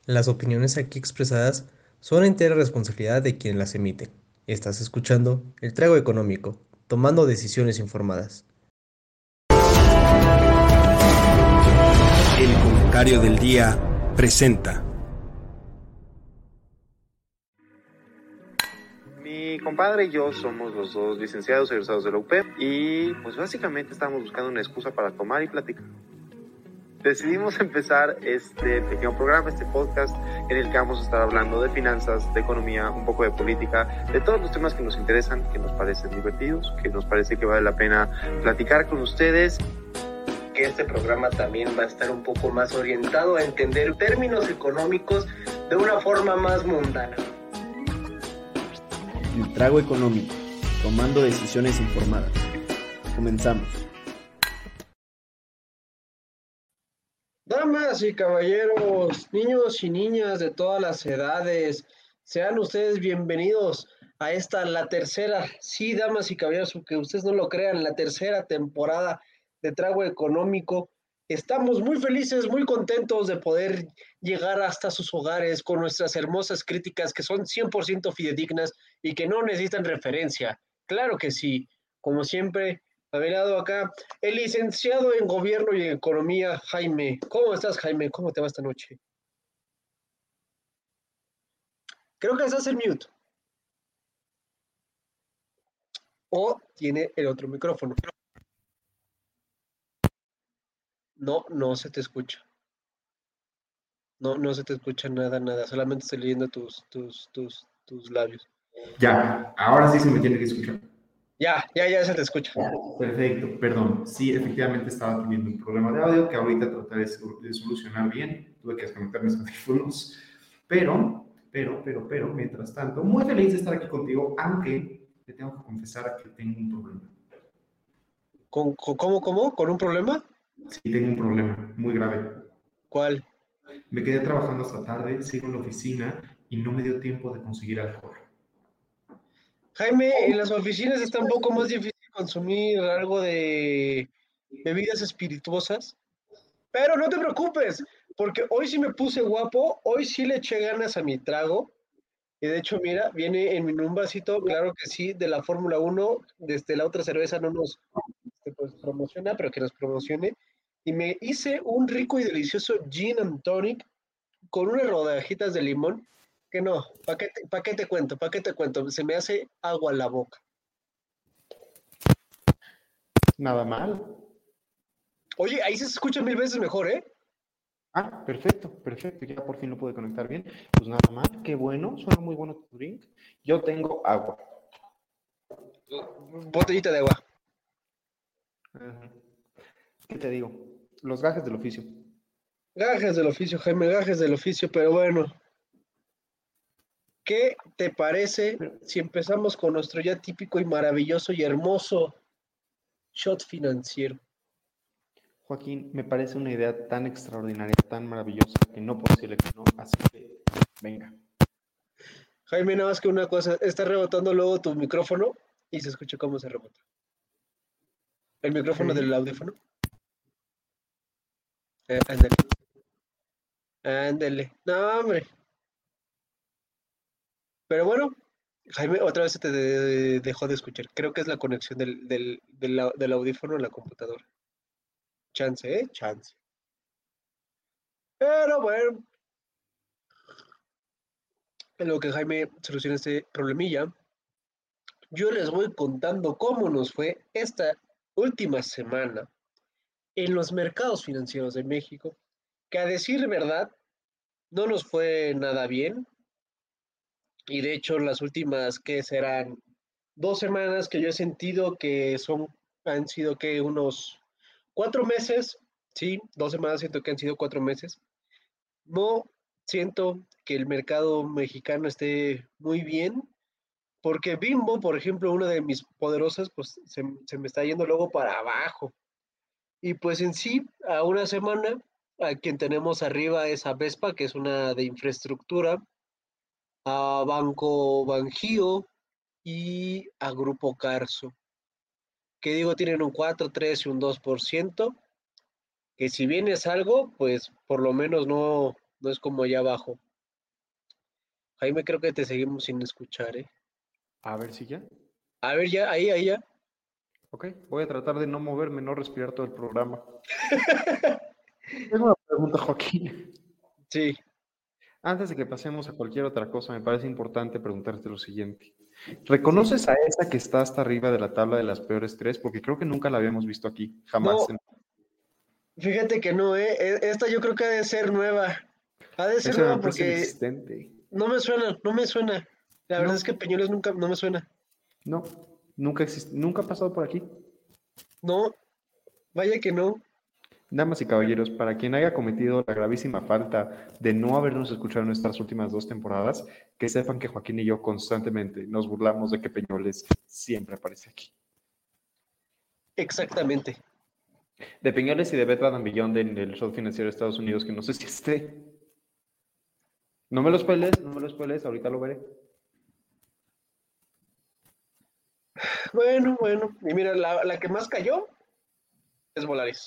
Las opiniones aquí expresadas son entera responsabilidad de quien las emite. Estás escuchando El Trago Económico, tomando decisiones informadas. El comentario del día presenta. Mi compadre y yo somos los dos licenciados egresados de la UP y pues básicamente estábamos buscando una excusa para tomar y platicar. Decidimos empezar este pequeño programa, este podcast, en el que vamos a estar hablando de finanzas, de economía, un poco de política, de todos los temas que nos interesan, que nos parecen divertidos, que nos parece que vale la pena platicar con ustedes. Que este programa también va a estar un poco más orientado a entender términos económicos de una forma más mundana. El Trago Económico, tomando decisiones informadas. Comenzamos. Damas y caballeros, niños y niñas de todas las edades, sean ustedes bienvenidos a la tercera, sí, damas y caballeros, aunque ustedes no lo crean, la tercera temporada de Trago Económico. Estamos muy felices, muy contentos de poder llegar hasta sus hogares con nuestras hermosas críticas que son 100% fidedignas y que no necesitan referencia. Claro que sí, como siempre, a mi lado acá el licenciado en Gobierno y Economía, Jaime. ¿Cómo estás, Jaime? ¿Cómo te va esta noche? Creo que estás en mute. O tiene el otro micrófono. No, no se te escucha. No, no se te escucha nada, nada. Solamente estoy leyendo tus labios. Ya, ahora sí se me tiene que escuchar. Ya se te escucha. Perfecto, perdón. Sí, efectivamente estaba teniendo un problema de audio que ahorita trataré de solucionar bien. Tuve que desconectar mis audífonos. Pero, mientras tanto, muy feliz de estar aquí contigo, aunque te tengo que confesar que tengo un problema. ¿Cómo? ¿Con un problema? Sí, tengo un problema muy grave. ¿Cuál? Me quedé trabajando hasta tarde, sigo en la oficina y no me dio tiempo de conseguir alcohol. Jaime, en las oficinas está un poco más difícil consumir algo de bebidas espirituosas. Pero no te preocupes, porque hoy sí me puse guapo, hoy sí le eché ganas a mi trago. Y de hecho, mira, viene en un vasito, claro que sí, de la Fórmula 1. Desde la otra cerveza no nos pues, promociona, pero que nos promocione. Y me hice un rico y delicioso gin and tonic con unas rodajitas de limón. Que no, ¿para qué te cuento? ¿Para qué te cuento? Se me hace agua en la boca. Nada mal. Oye, ahí se escucha 1000 veces mejor, ¿eh? Ah, perfecto, ya por fin lo pude conectar bien. Pues nada más, qué bueno, suena muy bueno tu drink. Yo tengo agua. Botellita de agua. ¿Qué te digo? Los gajes del oficio. Gajes del oficio, Jaime, gajes del oficio, pero bueno. ¿Qué te parece si empezamos con nuestro ya típico y maravilloso y hermoso shot financiero? Joaquín, me parece una idea tan extraordinaria, tan maravillosa, que no puedo decirle que no, así que venga. Jaime, nada más que una cosa, está rebotando luego tu micrófono y se escucha cómo se rebota. El micrófono del Okay. audífono. Ándale. Ándale. No, hombre. Pero bueno, Jaime, otra vez se te dejó de escuchar. Creo que es la conexión del audífono a la computadora. Chance, ¿eh? Chance. Pero bueno, en lo que Jaime soluciona este problemilla, yo les voy contando cómo nos fue esta última semana en los mercados financieros de México, que a decir verdad no nos fue nada bien. Y de hecho las últimas que serán 2 semanas que yo he sentido que han sido que unos 4 meses, sí, 2 semanas siento que han sido 4 meses. No siento que el mercado mexicano esté muy bien. Porque Bimbo, por ejemplo, una de mis poderosas, pues se me está yendo luego para abajo. Y pues en sí, a una semana, a quien tenemos arriba es a Vespa, que es una de infraestructura, a Banco Banjío y a Grupo Carso, que digo tienen un 4, 3 y un 2%, que si bien es algo, pues por lo menos no es como allá abajo. Jaime, creo que te seguimos sin escuchar, ¿eh? A ver si ya. A ver, ya, ahí ya. Ok, voy a tratar de no moverme, no respirar todo el programa. Tengo una pregunta, Joaquín. Sí. Antes de que pasemos a cualquier otra cosa, me parece importante preguntarte lo siguiente. ¿Reconoces a esa que está hasta arriba de la tabla de las peores tres? Porque creo que nunca la habíamos visto aquí, jamás. No, fíjate que no, ¿eh? Esta yo creo que ha de ser nueva. Ha de ser Esa me nueva parece porque inexistente. no me suena. La verdad No. es que Peñoles nunca, no me suena. No, nunca existe, nunca ha pasado por aquí. No, vaya que no. Damas y caballeros, para quien haya cometido la gravísima falta de no habernos escuchado en nuestras últimas 2 temporadas, que sepan que Joaquín y yo constantemente nos burlamos de que Peñoles siempre aparece aquí. Exactamente. De Peñoles y de Beth Van Beyond en el show financiero de Estados Unidos, que no sé si esté. No me lo spoiles, ahorita lo veré. Bueno. Y mira, la que más cayó es Volaris.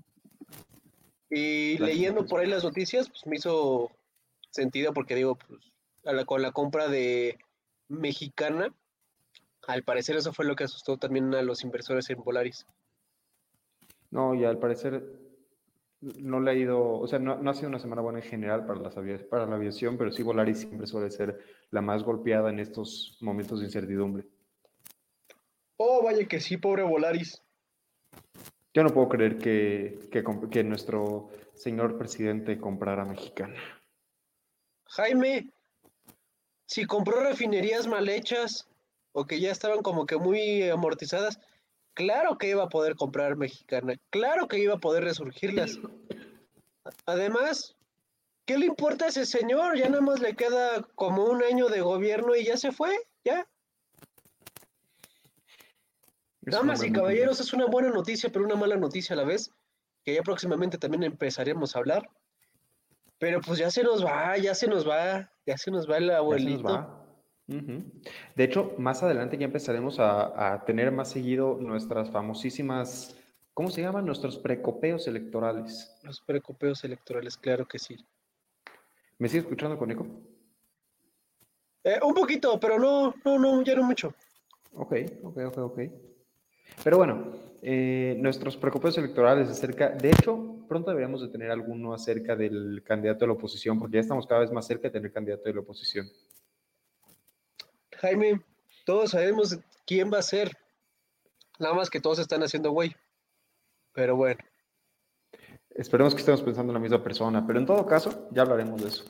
Y leyendo por ahí las noticias, pues me hizo sentido porque digo, pues con la compra de Mexicana, al parecer eso fue lo que asustó también a los inversores en Volaris. No, y al parecer no le ha ido, o sea, no ha sido una semana buena en general para la aviación, pero sí Volaris siempre suele ser la más golpeada en estos momentos de incertidumbre. Oh, vaya que sí, pobre Volaris. Yo no puedo creer que nuestro señor presidente comprara Mexicana. Jaime, si compró refinerías mal hechas o que ya estaban como que muy amortizadas, claro que iba a poder comprar Mexicana, claro que iba a poder resurgirlas. Además, ¿qué le importa a ese señor? Ya nada más le queda como un año de gobierno y ya se fue, ya. Damas y caballeros, es una buena noticia, pero una mala noticia a la vez, que ya próximamente también empezaremos a hablar. Pero pues ya se nos va el abuelito. De hecho, más adelante ya empezaremos a tener más seguido nuestras famosísimas, ¿cómo se llaman? Nuestros precopeos electorales. Los precopeos electorales, claro que sí. ¿Me sigues escuchando con eco? Un poquito, pero no, ya no mucho. Ok. Pero bueno, nuestros precopeos electorales acerca, de hecho, pronto deberíamos de tener alguno acerca del candidato de la oposición, porque ya estamos cada vez más cerca de tener candidato de la oposición. Jaime, todos sabemos quién va a ser. Nada más que todos están haciendo güey. Pero bueno. Esperemos que estemos pensando en la misma persona, pero en todo caso, ya hablaremos de eso.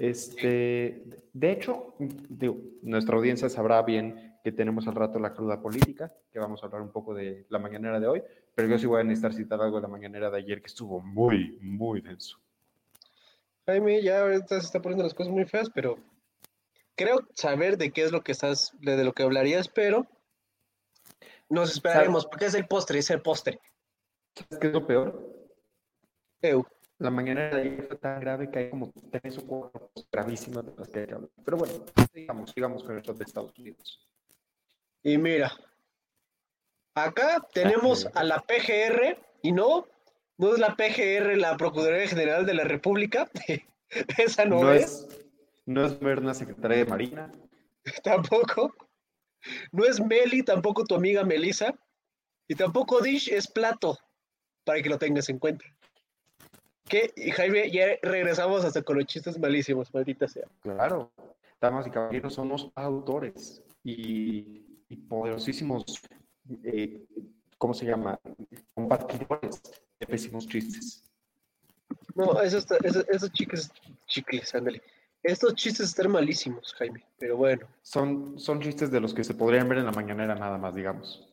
De hecho, nuestra audiencia sabrá bien que tenemos al rato la cruda política, que vamos a hablar un poco de la mañanera de hoy, pero yo sí voy a necesitar citar algo de la mañanera de ayer que estuvo muy, muy denso. Jaime, ya ahorita se está poniendo las cosas muy feas, pero creo saber de qué es lo que de lo que hablarías, pero nos esperaremos, porque es el postre. ¿Sabes qué es lo peor? La mañanera de ayer fue tan grave que hay como 3 o 4 gravísimas de las que hay que hablar. Pero bueno, sigamos con esto de Estados Unidos. Y mira, acá tenemos a la PGR, y no es la PGR, la Procuraduría General de la República. Esa no es. No es Berna, secretaria de Marina. Tampoco. No es Meli, tampoco tu amiga Melissa. Y tampoco Dish es Plato, para que lo tengas en cuenta. ¿Qué? Y Jaime, ya regresamos hasta con los chistes malísimos, maldita sea. Claro, damas y caballeros, somos autores y poderosísimos, ¿cómo se llama? Compartidores de pésimos chistes. No, esos chicles, ándale. Estos chistes están malísimos, Jaime, pero bueno. Son chistes de los que se podrían ver en la mañanera nada más, digamos.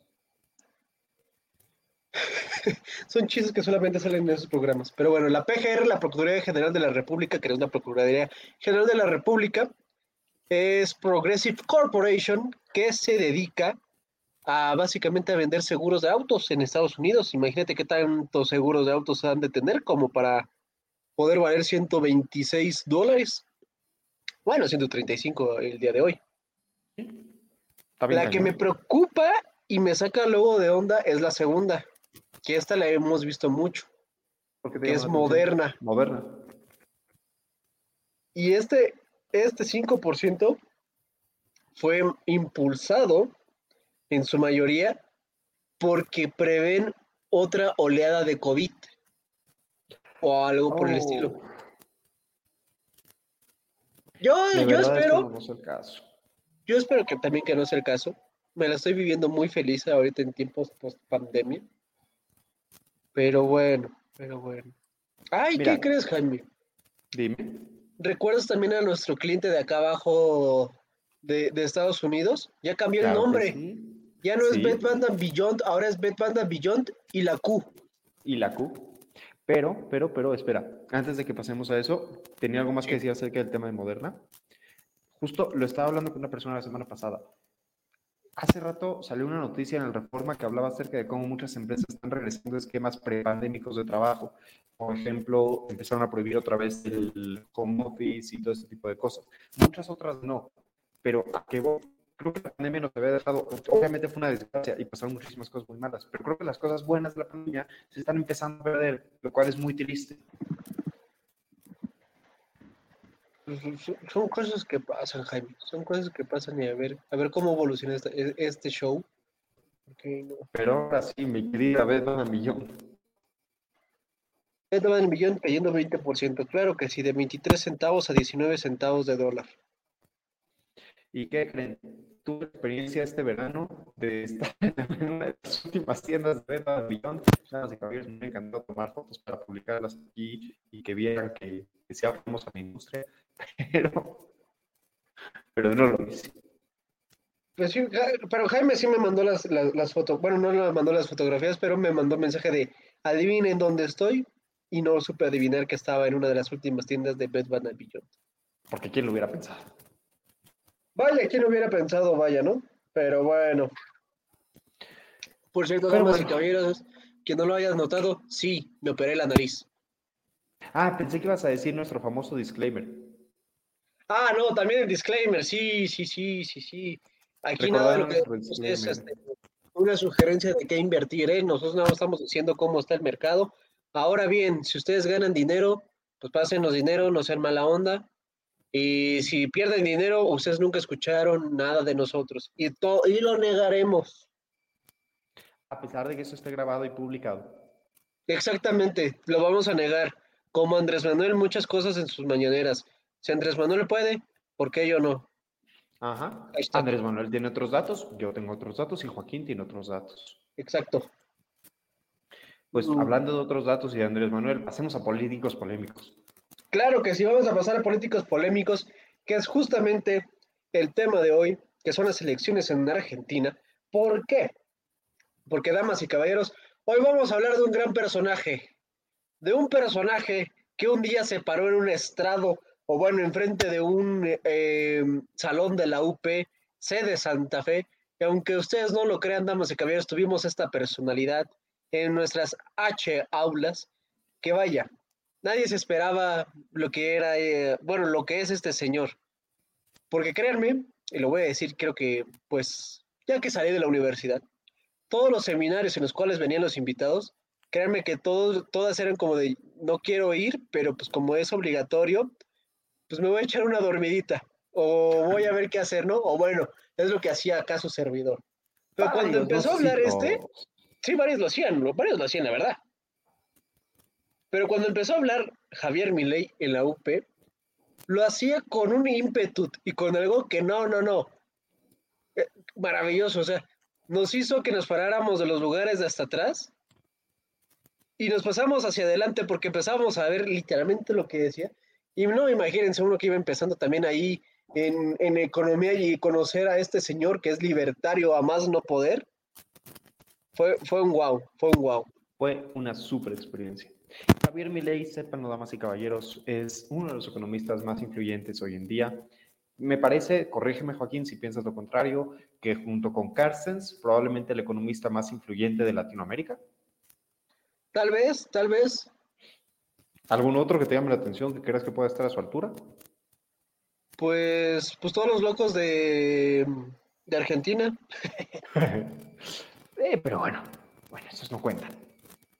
Son chistes que solamente salen en esos programas. Pero bueno, la PGR, la Procuraduría General de la República, que es una Procuraduría General de la República, es Progressive Corporation, que se dedica a básicamente a vender seguros de autos en Estados Unidos. Imagínate qué tantos seguros de autos han de tener como para poder valer $126. Bueno, 135 el día de hoy. La que me preocupa y me saca luego de onda es la segunda, que esta la hemos visto mucho, que es Moderna. Y este 5% fue impulsado en su mayoría porque prevén otra oleada de COVID o algo por el estilo. Oh, Yo, de yo verdad espero, espero no sea el caso. yo espero que también que no sea el caso. Me la estoy viviendo muy feliz ahorita en tiempos post pandemia. Pero bueno, pero bueno. Ay, Mira, ¿qué crees, Jaime? dime. ¿Recuerdas también a nuestro cliente de acá abajo de Estados Unidos? Ya cambió el Claro que nombre. sí. Ya no es Bed Sí, Bath & Beyond, ahora es Bed Bath & Beyond y la Q. y la Q. Pero, espera, antes de que pasemos a eso, tenía algo más que Sí. decir acerca del tema de Moderna. Justo lo estaba hablando con una persona la semana pasada. Hace rato salió una noticia en el Reforma que hablaba acerca de cómo muchas empresas están regresando a esquemas prepandémicos de trabajo. Por ejemplo, empezaron a prohibir otra vez el home office y todo este tipo de cosas. Muchas otras no. Pero a qué voy, creo que la pandemia nos había dejado, obviamente fue una desgracia y pasaron muchísimas cosas muy malas, pero creo que las cosas buenas de la pandemia se están empezando a perder, lo cual es muy triste. Son cosas que pasan, Jaime. Son cosas que pasan y a ver cómo evoluciona este show. Porque no. Pero ahora sí, mi querida Beth Van Millón. Bed Bath & Beyond cayendo 20%. Claro que sí, de 23 centavos a 19 centavos de dólar. ¿Y qué creen? Tuve experiencia este verano de estar en una de las últimas tiendas de Bed Bath & Beyond. Damas y caballeros, me encantó tomar fotos para publicarlas aquí y que vieran que sí apoyamos a la industria, pero, pero no lo hice. Pues sí, pero Jaime sí me mandó las fotos. Bueno, no me mandó las fotografías, pero me mandó un mensaje de adivinen dónde estoy. Y no supe adivinar que estaba en una de las últimas tiendas de Bed Bath & Beyond. Porque quién lo hubiera pensado. Vaya, ¿quién hubiera pensado? Vaya, ¿no? Pero bueno. Por cierto, Pero damas y bueno. caballeros, que no lo hayas notado, sí, me operé la nariz. Ah, pensé que ibas a decir nuestro famoso disclaimer. Ah, no, también el disclaimer, sí. Aquí nada de Recordar lo que nuestro decimos es disclaimer. una sugerencia de qué invertir, ¿eh? Nosotros no estamos diciendo cómo está el mercado. Ahora bien, si ustedes ganan dinero, pues pásenos dinero, no sean mala onda. Y si pierden dinero, ustedes nunca escucharon nada de nosotros. Y lo negaremos. A pesar de que eso esté grabado y publicado. Exactamente, lo vamos a negar. Como Andrés Manuel, muchas cosas en sus mañaneras. Si Andrés Manuel puede, ¿por qué yo no? Ajá. Hashtag. Andrés Manuel tiene otros datos, yo tengo otros datos y Joaquín tiene otros datos. Exacto. Pues hablando de otros datos y de Andrés Manuel, pasemos a políticos polémicos. Claro que sí, vamos a pasar a políticos polémicos, que es justamente el tema de hoy, que son las elecciones en Argentina. ¿Por qué? Porque, damas y caballeros, hoy vamos a hablar de un personaje que un día se paró en un estrado, o bueno, enfrente de un salón de la UP, sede Santa Fe, y aunque ustedes no lo crean, damas y caballeros, tuvimos esta personalidad en nuestras H aulas, que vaya, nadie se esperaba lo que era, bueno, lo que es este señor, porque créanme, y lo voy a decir, creo que, pues, ya que salí de la universidad, todos los seminarios en los cuales venían los invitados, créanme que todas eran como de, no quiero ir, pero pues como es obligatorio, pues me voy a echar una dormidita, o voy a ver qué hacer, ¿no? O bueno, es lo que hacía acá su servidor. Pero cuando Varios, no empezó a sé si hablar todos. sí, varios lo hacían, la verdad. Pero cuando empezó a hablar Javier Milei en la UP, lo hacía con un ímpetu y con algo que no. Maravilloso, o sea, nos hizo que nos paráramos de los lugares de hasta atrás y nos pasamos hacia adelante porque empezamos a ver literalmente lo que decía. Y no, imagínense uno que iba empezando también ahí en economía y conocer a este señor que es libertario a más no poder. Fue un wow, fue un wow. Fue una súper experiencia. Javier Milei, sépanlo, damas y caballeros, es uno de los economistas más influyentes hoy en día. Me parece, corrígeme Joaquín si piensas lo contrario, que junto con Carstens, probablemente el economista más influyente de Latinoamérica. Tal vez, ¿Algún otro que te llame la atención que creas que pueda estar a su altura? pues todos los locos de Argentina. Pero bueno, esos no cuentan.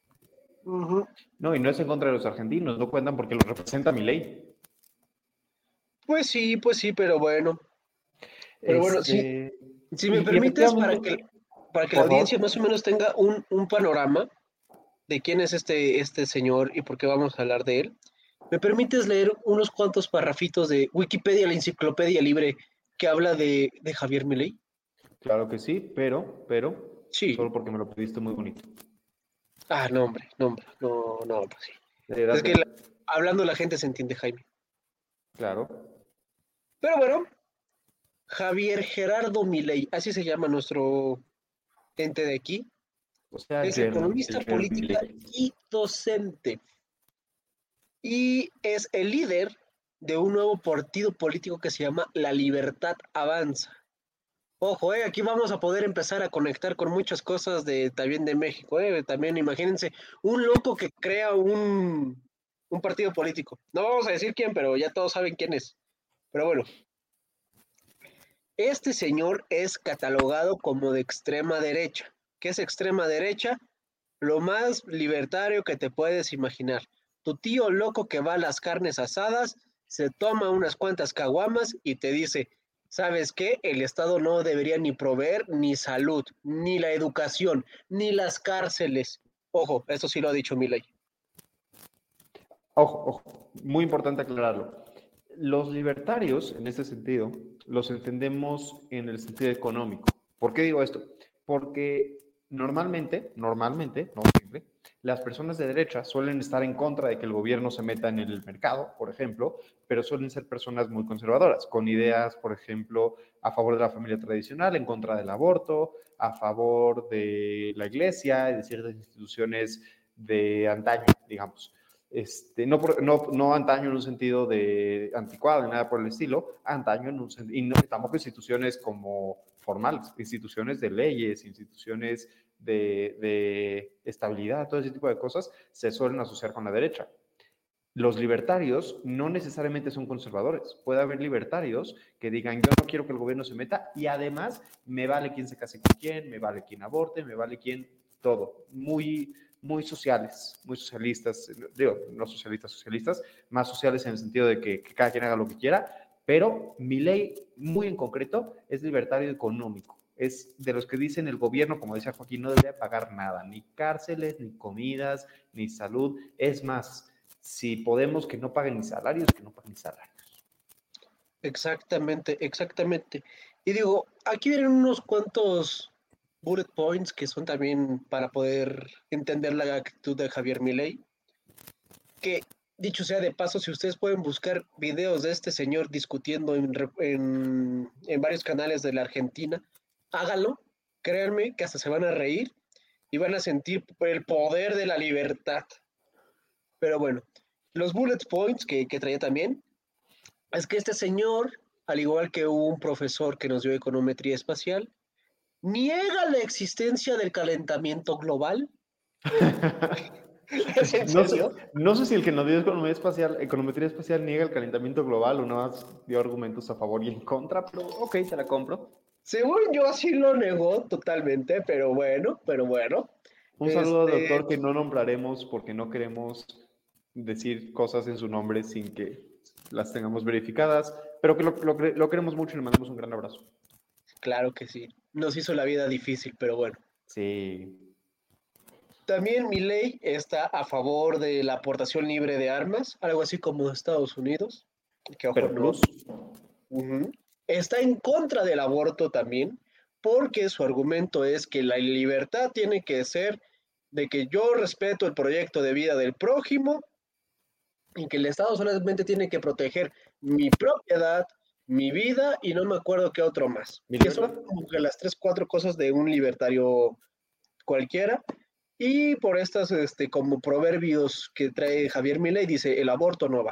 Uh -huh. No, y no es en contra de los argentinos, no cuentan porque los representa Milei. Pues sí, pero bueno. Pero bueno, sí, Este, si me y permites, efectivamente, para que la por audiencia favor, más o menos tenga un panorama de quién es este señor y por qué vamos a hablar de él, ¿me permites leer unos cuantos parrafitos de Wikipedia, la enciclopedia libre, que habla de Javier Milei? claro que sí, pero, Sí. solo porque me lo pediste muy bonito. Ah, no, hombre, no, hombre, no, pues sí. Es que Date, hablando la gente se entiende, Jaime. claro. Pero bueno, Javier Gerardo Milei, así se llama nuestro ente de aquí, O sea, es economista, el Jeremy política Lake. y docente. Y es el líder de un nuevo partido político que se llama La Libertad Avanza. Ojo, aquí vamos a poder empezar a conectar con muchas cosas también de México. También imagínense, un loco que crea un partido político. No vamos a decir quién, pero ya todos saben quién es. Pero bueno, este señor es catalogado como de extrema derecha. ¿Qué es extrema derecha? Lo más libertario que te puedes imaginar. Tu tío loco que va a las carnes asadas, se toma unas cuantas caguamas y te dice, ¿sabes qué? El Estado no debería ni proveer ni salud, ni la educación, ni las cárceles. Ojo, eso sí lo ha dicho Milei. Ojo, muy importante aclararlo. Los libertarios, en ese sentido, los entendemos en el sentido económico. ¿Por qué digo esto? Porque normalmente, no siempre, las personas de derecha suelen estar en contra de que el gobierno se meta en el mercado, por ejemplo, pero suelen ser personas muy conservadoras, con ideas, por ejemplo, a favor de la familia tradicional, en contra del aborto, a favor de la iglesia y de ciertas instituciones de antaño, digamos. No antaño en un sentido de anticuado ni nada por el estilo, antaño en un sentido, y no, tampoco instituciones como formales, instituciones de leyes, instituciones de estabilidad, todo ese tipo de cosas se suelen asociar con la derecha. Los libertarios no necesariamente son conservadores. Puede haber libertarios que digan, yo no quiero que el gobierno se meta y además me vale quién se case con quién, me vale quién aborte, me vale quién todo. Muy sociales, muy socialistas, digo, no socialistas, más sociales en el sentido de que cada quien haga lo que quiera, pero mi ley, muy en concreto, es libertario económico. Es de los que dicen el gobierno, como decía Joaquín, no debería pagar nada, ni cárceles, ni comidas, ni salud. Es más, si podemos que no paguen ni salarios, que no paguen ni salarios. Exactamente. Y digo, aquí vienen unos cuantos bullet points que son también para poder entender la actitud de Javier Milei, que dicho sea de paso, si ustedes pueden buscar videos de este señor discutiendo en varios canales de la Argentina, háganlo, créanme que hasta se van a reír y van a sentir el poder de la libertad. Pero bueno, los bullet points que traía también es que este señor, al igual que un profesor que nos dio econometría espacial, niega la existencia del calentamiento global. ¿Es en No sé, serio? no sé si el que nos dio econometría espacial niega el calentamiento global o nada más dio argumentos a favor y en contra, pero ok, te la compro. Según yo, así lo negó totalmente, pero bueno. Un saludo al Este, doctor que no nombraremos porque no queremos decir cosas en su nombre sin que las tengamos verificadas, pero que lo queremos mucho y le mandamos un gran abrazo. claro que sí. Nos hizo la vida difícil, pero bueno. Sí. También Milei está a favor de la aportación libre de armas, algo así como Estados Unidos, que ojo, Pero no. plus, Uh-huh. Está en contra del aborto también, porque su argumento es que la libertad tiene que ser de que yo respeto el proyecto de vida del prójimo y que el Estado solamente tiene que proteger mi propiedad, mi vida y no me acuerdo qué otro más. ¿mi Que son libertad? como que las 3, 4 cosas de un libertario cualquiera. Y por estas como proverbios que trae Javier Milei, dice, el aborto no va.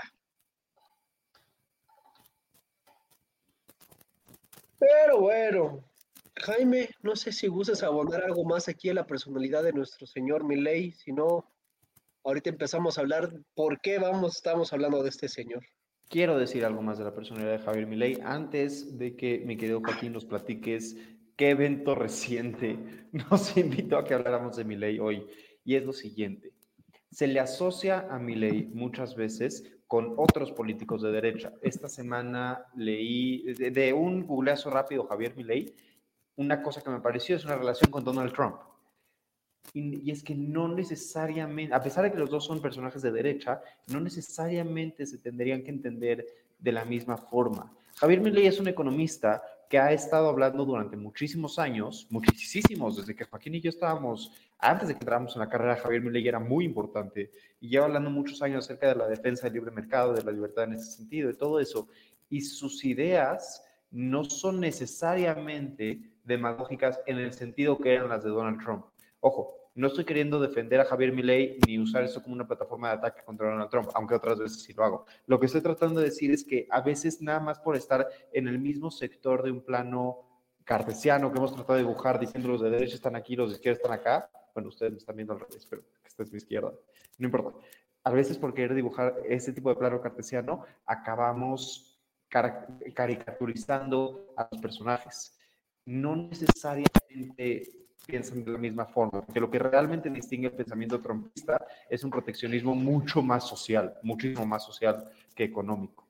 Pero bueno, Jaime, no sé si gustas abonar algo más aquí a la personalidad de nuestro señor Milei, si no, ahorita empezamos a hablar por qué estamos hablando de este señor. Quiero decir algo más de la personalidad de Javier Milei antes de que mi querido Joaquín nos platiques qué evento reciente nos invitó a que habláramos de Milei hoy. Y es lo siguiente. Se le asocia a Milei muchas veces con otros políticos de derecha. Esta semana leí de un googleazo rápido, Javier Milei, una cosa que me pareció es una relación con Donald Trump. Y es que no necesariamente, a pesar de que los dos son personajes de derecha, no necesariamente se tendrían que entender de la misma forma. Javier Milei es un economista que ha estado hablando durante muchísimos años, muchísimos, desde que Joaquín y yo estábamos, antes de que entráramos en la carrera, Javier Milei era muy importante y lleva hablando muchos años acerca de la defensa del libre mercado, de la libertad en ese sentido, de todo eso. Y sus ideas no son necesariamente demagógicas en el sentido que eran las de Donald Trump. Ojo, no estoy queriendo defender a Javier Milei ni usar eso como una plataforma de ataque contra Donald Trump, aunque otras veces sí lo hago. Lo que estoy tratando de decir es que a veces nada más por estar en el mismo sector de un plano cartesiano que hemos tratado de dibujar diciendo los de derecha están aquí, los de izquierda están acá. Bueno, ustedes me están viendo al revés, pero esta es mi izquierda. No importa. A veces por querer dibujar ese tipo de plano cartesiano acabamos caricaturizando a los personajes. No necesariamente piensan de la misma forma, porque lo que realmente distingue el pensamiento trumpista es un proteccionismo mucho más social, muchísimo más social que económico.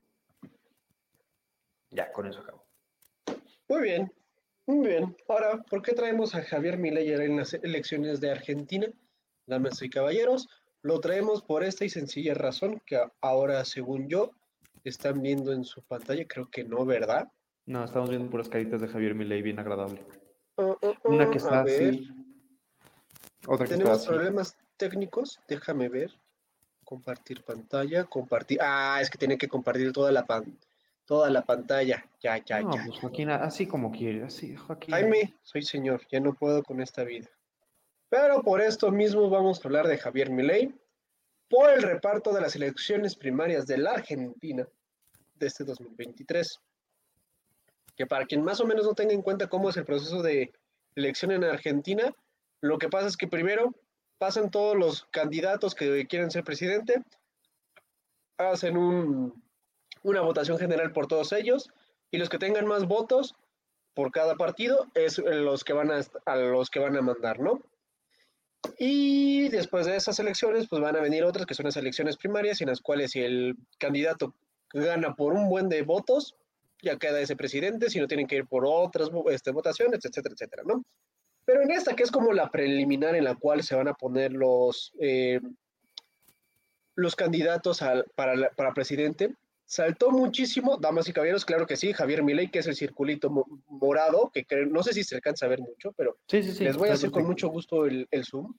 Ya, con eso acabo. Muy bien, muy bien. Ahora, ¿por qué traemos a Javier Milei en las elecciones de Argentina? Damas y caballeros, lo traemos por esta y sencilla razón que ahora, según yo, están viendo en su pantalla, creo que no, ¿verdad? No, estamos viendo puras caritas de Javier Milei, bien agradable. Una que está a ver, así, otra que está tenemos así. problemas técnicos, déjame ver. Compartir pantalla, compartir. Ah, es que tiene que compartir toda la pantalla. Ya. No, pues Joaquín, así como quiere, así, Joaquín. Jaime, soy señor, ya no puedo con esta vida. Pero por esto mismo vamos a hablar de Javier Milei por el reparto de las elecciones primarias de la Argentina de este 2023. Que para quien más o menos no tenga en cuenta cómo es el proceso de elección en Argentina, lo que pasa es que primero pasan todos los candidatos que quieren ser presidente, hacen una votación general por todos ellos, y los que tengan más votos por cada partido es los que van a mandar, ¿no? Y después de esas elecciones, pues van a venir otras que son las elecciones primarias, en las cuales si el candidato gana por un buen de votos, ya queda ese presidente, si no tienen que ir por otras votaciones, etcétera, etcétera, ¿no? Pero en esta, que es como la preliminar en la cual se van a poner los candidatos para presidente, saltó muchísimo, damas y caballeros, claro que sí, Javier Milei, que es el circulito morado, que no sé si se alcanza a ver mucho, pero sí, les voy a hacer con mucho gusto el zoom.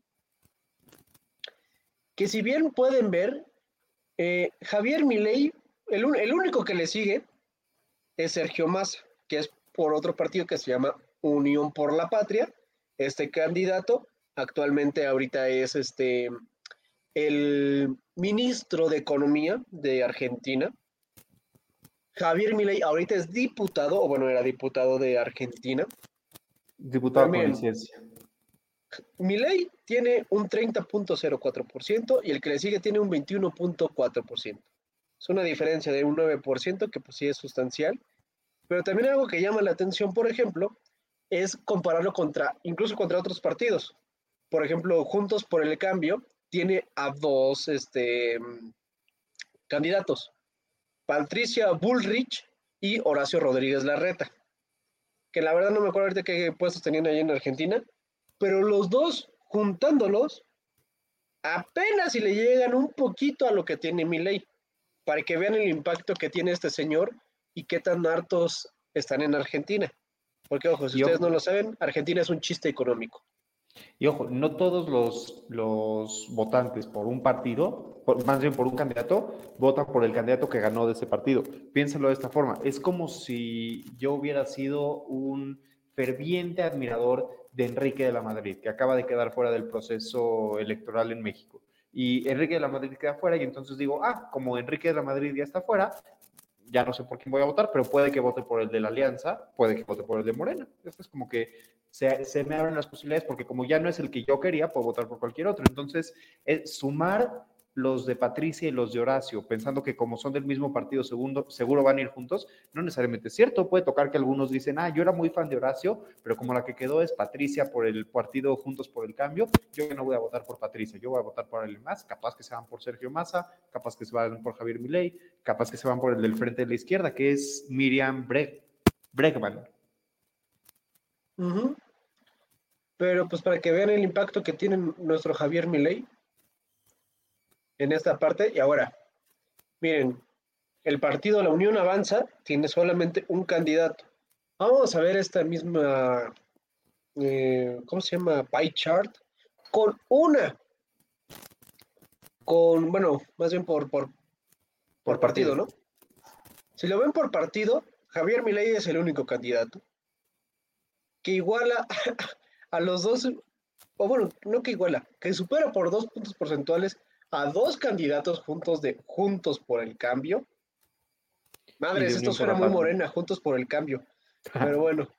Que si bien pueden ver, Javier Milei, el único que le sigue es Sergio Massa, que es por otro partido que se llama Unión por la Patria. Este candidato actualmente ahorita es el ministro de Economía de Argentina. Javier Milei ahorita es diputado, o bueno, era diputado de Argentina. Diputado también, con licencia. Milei tiene un 30.04% y el que le sigue tiene un 21.4%. Es una diferencia de un 9% que pues sí es sustancial. Pero también algo que llama la atención, por ejemplo, es compararlo incluso contra otros partidos. Por ejemplo, Juntos por el Cambio tiene a dos candidatos, Patricia Bullrich y Horacio Rodríguez Larreta, que la verdad no me acuerdo ahorita qué puestos tenían ahí en Argentina, pero los dos, juntándolos, apenas si le llegan un poquito a lo que tiene Milei, para que vean el impacto que tiene este señor y qué tan hartos están en Argentina. Porque, ojo, si ustedes no lo saben, Argentina es un chiste económico. Y ojo, no todos los votantes por un partido, más bien por un candidato, votan por el candidato que ganó de ese partido. Piénsalo de esta forma. Es como si yo hubiera sido un ferviente admirador de Enrique de la Madrid, que acaba de quedar fuera del proceso electoral en México. Y Enrique de la Madrid queda fuera y entonces digo, como Enrique de la Madrid ya está fuera, ya no sé por quién voy a votar, pero puede que vote por el de la Alianza, puede que vote por el de Morena. Esto es como que se me abren las posibilidades porque como ya no es el que yo quería, puedo votar por cualquier otro. Entonces, es sumar los de Patricia y los de Horacio, pensando que como son del mismo partido seguro van a ir juntos. No necesariamente es cierto. Puede tocar que algunos dicen, yo era muy fan de Horacio, pero como la que quedó es Patricia por el partido Juntos por el Cambio, yo no voy a votar por Patricia, yo voy a votar por alguien más. Capaz que se van por Sergio Massa, capaz que se van por Javier Milei, capaz que se van por el del Frente de la Izquierda, que es Miriam Bregman. Uh-huh. Pero pues para que vean el impacto que tiene nuestro Javier Milei en esta parte. Y ahora, miren, el partido La Unión Avanza tiene solamente un candidato. Vamos a ver esta misma, ¿cómo se llama? Pie chart. Bueno, más bien por partido, ¿no? Si lo ven por partido, Javier Milei es el único candidato que iguala a los dos, o bueno, no que iguala, que supera por 2 puntos porcentuales a 2 candidatos Juntos por el Cambio. Madres, esto suena muy Morena, Juntos por el Cambio. Pero bueno,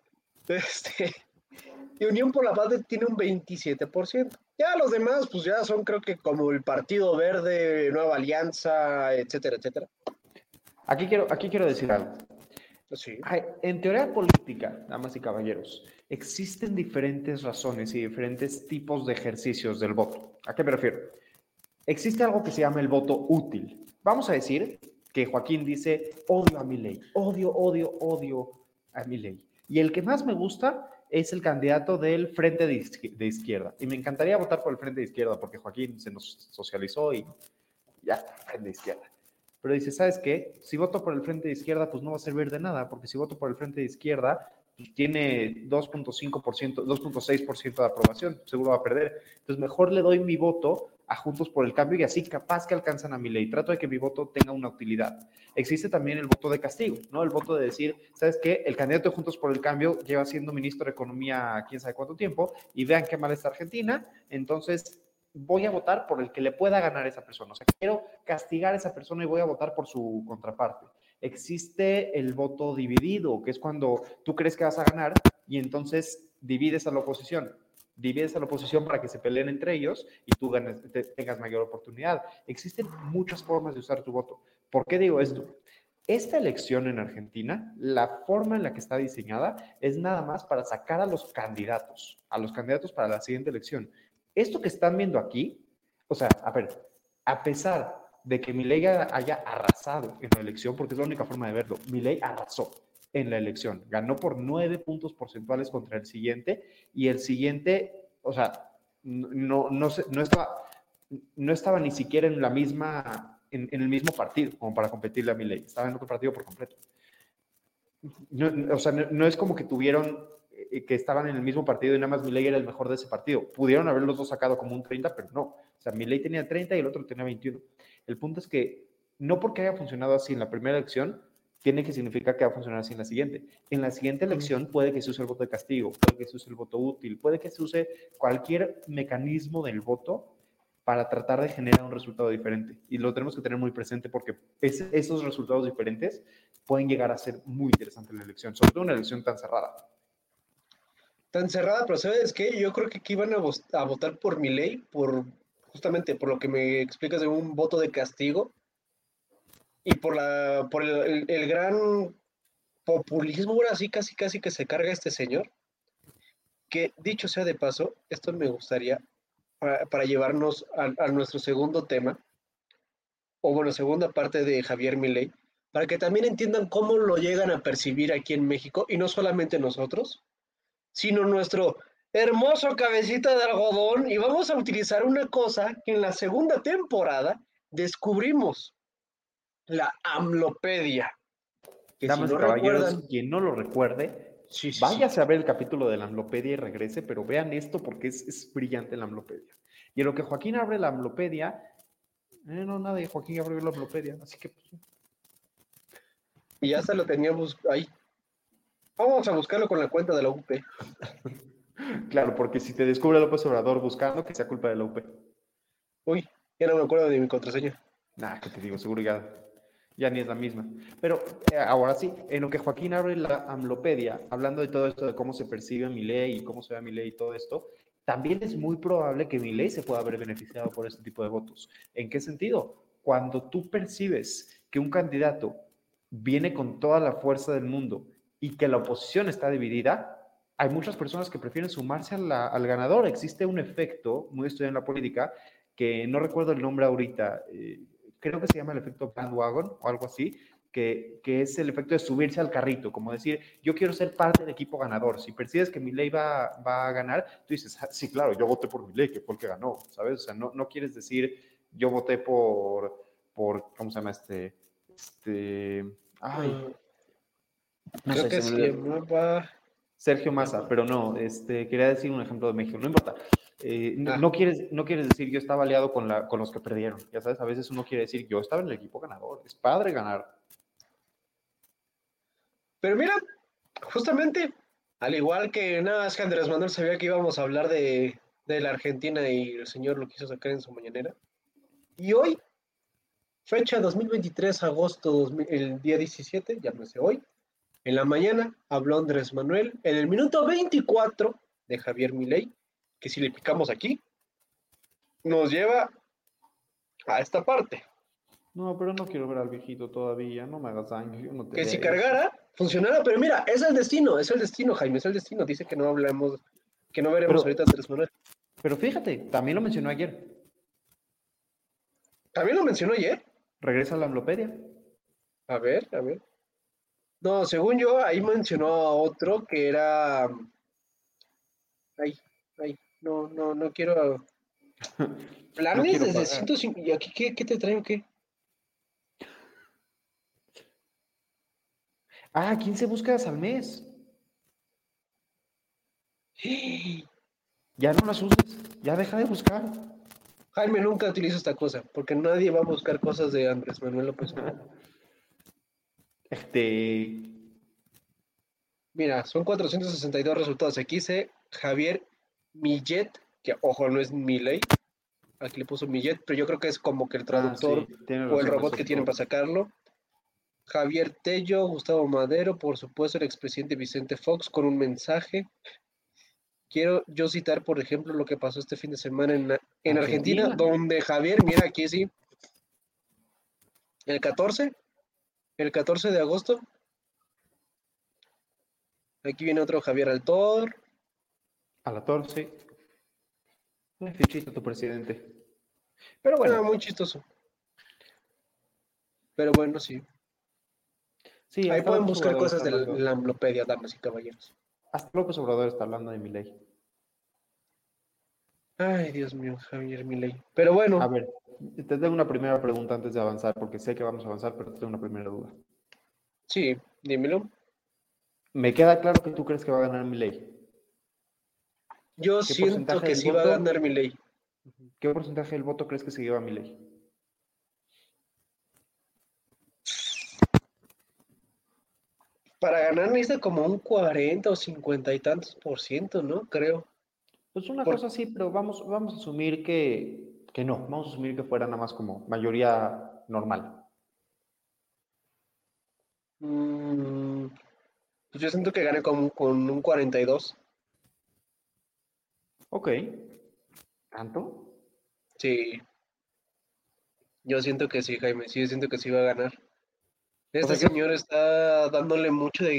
y Unión por la Paz tiene un 27%. Ya los demás, pues ya son, creo que como el Partido Verde, Nueva Alianza, etcétera, etcétera. Aquí quiero decir algo. Sí. En teoría política, damas y caballeros, existen diferentes razones y diferentes tipos de ejercicios del voto. ¿A qué me refiero? Existe algo que se llama el voto útil. Vamos a decir que Joaquín dice, odio a Milei, odio a Milei. Y el que más me gusta es el candidato del Frente de Izquierda. Y me encantaría votar por el Frente de Izquierda porque Joaquín se nos socializó y ya está, Frente de Izquierda. Pero dice, ¿sabes qué? Si voto por el Frente de Izquierda, pues no va a servir de nada, porque si voto por el Frente de Izquierda, pues tiene 2.5%, 2.6% de aprobación, seguro va a perder. Entonces mejor le doy mi voto a Juntos por el Cambio y así capaz que alcanzan a mi ley. Trato de que mi voto tenga una utilidad. Existe también el voto de castigo, ¿no? El voto de decir, ¿sabes qué? El candidato de Juntos por el Cambio lleva siendo ministro de Economía quién sabe cuánto tiempo y vean qué mal está Argentina, entonces voy a votar por el que le pueda ganar a esa persona. O sea, quiero castigar a esa persona y voy a votar por su contraparte. Existe el voto dividido, que es cuando tú crees que vas a ganar y entonces divides a la oposición. Divides a la oposición para que se peleen entre ellos y tú tengas mayor oportunidad. Existen muchas formas de usar tu voto. ¿Por qué digo esto? Esta elección en Argentina, la forma en la que está diseñada es nada más para sacar a los candidatos para la siguiente elección. Esto que están viendo aquí, o sea, a pesar de que Milei haya arrasado en la elección, porque es la única forma de verlo, Milei arrasó en la elección, ganó por 9 puntos porcentuales contra el siguiente, y el siguiente, o sea, no estaba ni siquiera en la misma, en el mismo partido, como para competirle a Milei, estaba en otro partido por completo. No es como que que estaban en el mismo partido y nada más Milei era el mejor de ese partido. Pudieron haberlos dos sacado como un 30, pero no. O sea, Milei tenía 30 y el otro tenía 21. El punto es que no porque haya funcionado así en la primera elección, tiene que significar que va a funcionar así en la siguiente. En la siguiente elección puede que se use el voto de castigo, puede que se use el voto útil, puede que se use cualquier mecanismo del voto para tratar de generar un resultado diferente. Y lo tenemos que tener muy presente porque esos resultados diferentes pueden llegar a ser muy interesantes en la elección, sobre todo en una elección tan cerrada. Tan cerrada, pero ¿sabes qué? Yo creo que aquí van a votar por Milei, justamente por lo que me explicas de un voto de castigo y por el gran populismo, ahora sí casi que se carga este señor, que dicho sea de paso, esto me gustaría para llevarnos a nuestro segundo tema, o bueno, segunda parte de Javier Milei, para que también entiendan cómo lo llegan a percibir aquí en México, y no solamente nosotros, sino nuestro hermoso cabecita de algodón, y vamos a utilizar una cosa que en la segunda temporada descubrimos, la AMLOpedia. Damas y caballeros, quien no lo recuerde, váyase a ver el capítulo de la AMLOpedia y regrese, pero vean esto porque es brillante la AMLOpedia. Y en lo que Joaquín abre la AMLOpedia, nada de Joaquín abre la AMLOpedia, así que... Y ya se lo teníamos ahí. Vamos a buscarlo con la cuenta de la UP. Claro, porque si te descubre López Obrador buscando, que sea culpa de la UP. Uy, ya no me acuerdo de mi contraseña. Que te digo, seguro ya ni es la misma. Pero ahora sí, en lo que Joaquín abre la AMLOpedia, hablando de todo esto, de cómo se percibe a Milei y cómo se ve a Milei y todo esto, también es muy probable que Milei se pueda haber beneficiado por este tipo de votos. ¿En qué sentido? Cuando tú percibes que un candidato viene con toda la fuerza del mundo y que la oposición está dividida, hay muchas personas que prefieren sumarse al ganador. Existe un efecto muy estudiado en la política, que no recuerdo el nombre ahorita, creo que se llama el efecto bandwagon o algo así, que es el efecto de subirse al carrito, como decir, yo quiero ser parte del equipo ganador. Si percibes que Milei va a ganar, tú dices, sí, claro, yo voté por Milei, que fue el que ganó, ¿sabes? O sea, no quieres decir, yo voté por ¿cómo se llama ay, no Creo sé, que se me se olvidó. llamaba... Sergio Massa, pero no, quería decir un ejemplo de México, no importa. No quieres decir yo estaba aliado con los que perdieron, ya sabes, a veces uno quiere decir yo estaba en el equipo ganador, es padre ganar. Pero mira, justamente, al igual que nada más que Andrés Manuel sabía que íbamos a hablar de la Argentina y el señor lo quiso sacar en su mañanera. Y hoy, fecha 2023, agosto, el día 17, ya no sé hoy, en la mañana habló Andrés Manuel en el minuto 24 de Javier Milei, que si le picamos aquí, nos lleva a esta parte. No, pero no quiero ver al viejito todavía, no me hagas daño, yo no te Que si haría eso. cargara, funcionara, pero mira, es el destino, Jaime, es el destino. Dice que no hablemos, que no veremos Pero, ahorita a Andrés Manuel. pero fíjate, también lo mencionó ayer, También lo mencionó ayer. regresa a la Amblopedia. A ver, a ver. No, según yo, ahí mencionó a otro que era. Ay, ay, no quiero. No Planes quiero desde pagar. 150. ¿Y aquí qué te traen o qué? Ah, 15 búsquedas al mes. Ya no las uses, ya deja de buscar. Jaime nunca utiliza esta cosa, porque nadie va a buscar cosas de Andrés Manuel López Obrador. Mira, son 462 resultados. Aquí dice Javier Millet, que ojo, no es Milei. Aquí le puso Millet, pero yo creo que es como que el traductor Sí, tienes o el razón, robot es que tienen otro. para sacarlo. Javier Tello, Gustavo Madero, por supuesto el expresidente Vicente Fox con un mensaje. Quiero yo citar, por ejemplo, lo que pasó este fin de semana en Argentina, Argentina. donde Javier, mira aquí sí, el 14, el 14 de agosto, aquí viene otro Javier Altor. A la torre, sí. Una fichita tu presidente. Pero bueno, Muy chistoso. Pero bueno, sí. sí, Ahí hasta pueden López buscar Obrador cosas está de hablando. la Amblopedia, damas y caballeros. Hasta López Obrador está hablando de Milei. Ay, Dios mío, Javier Milei. Pero A bueno, ver, te tengo una primera pregunta antes de avanzar, porque sé que vamos a avanzar, pero te tengo una primera duda. sí, dímelo. Me queda claro que tú crees que va a ganar Milei. Yo ¿Qué siento porcentaje que del sí va a voto? ganar Milei. ¿Qué porcentaje del voto crees que se lleva Milei? Para ganar necesita como un 40 o 50 y tantos por ciento, ¿no? Creo. Pues una Por, cosa así, pero vamos a asumir que no, vamos a asumir que fuera nada más como mayoría normal. mm, pues yo siento que gane con un 42. Ok, ¿tanto? Sí, yo siento que sí, Jaime. Sí, yo siento que sí va a ganar. O Este sea, yo, señor está dándole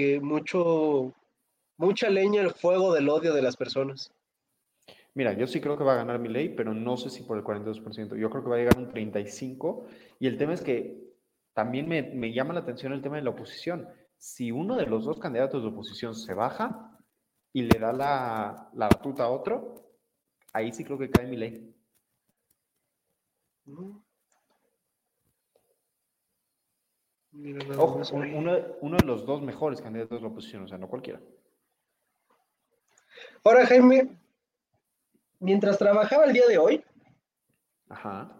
mucha leña al fuego del odio de las personas. mira, yo sí creo que va a ganar Milei, pero no sé si por el 42%. Yo creo que va a llegar a un 35%. Y el tema es que también me llama la atención el tema de la oposición. Si uno de los dos candidatos de oposición se baja y le da la batuta a otro, ahí sí creo que cae Milei. Mm, Mira nada Ojo, más ahí. uno de los dos mejores candidatos de la oposición, o sea, no cualquiera. Ahora, Jaime, mientras trabajaba el día de hoy, Ajá.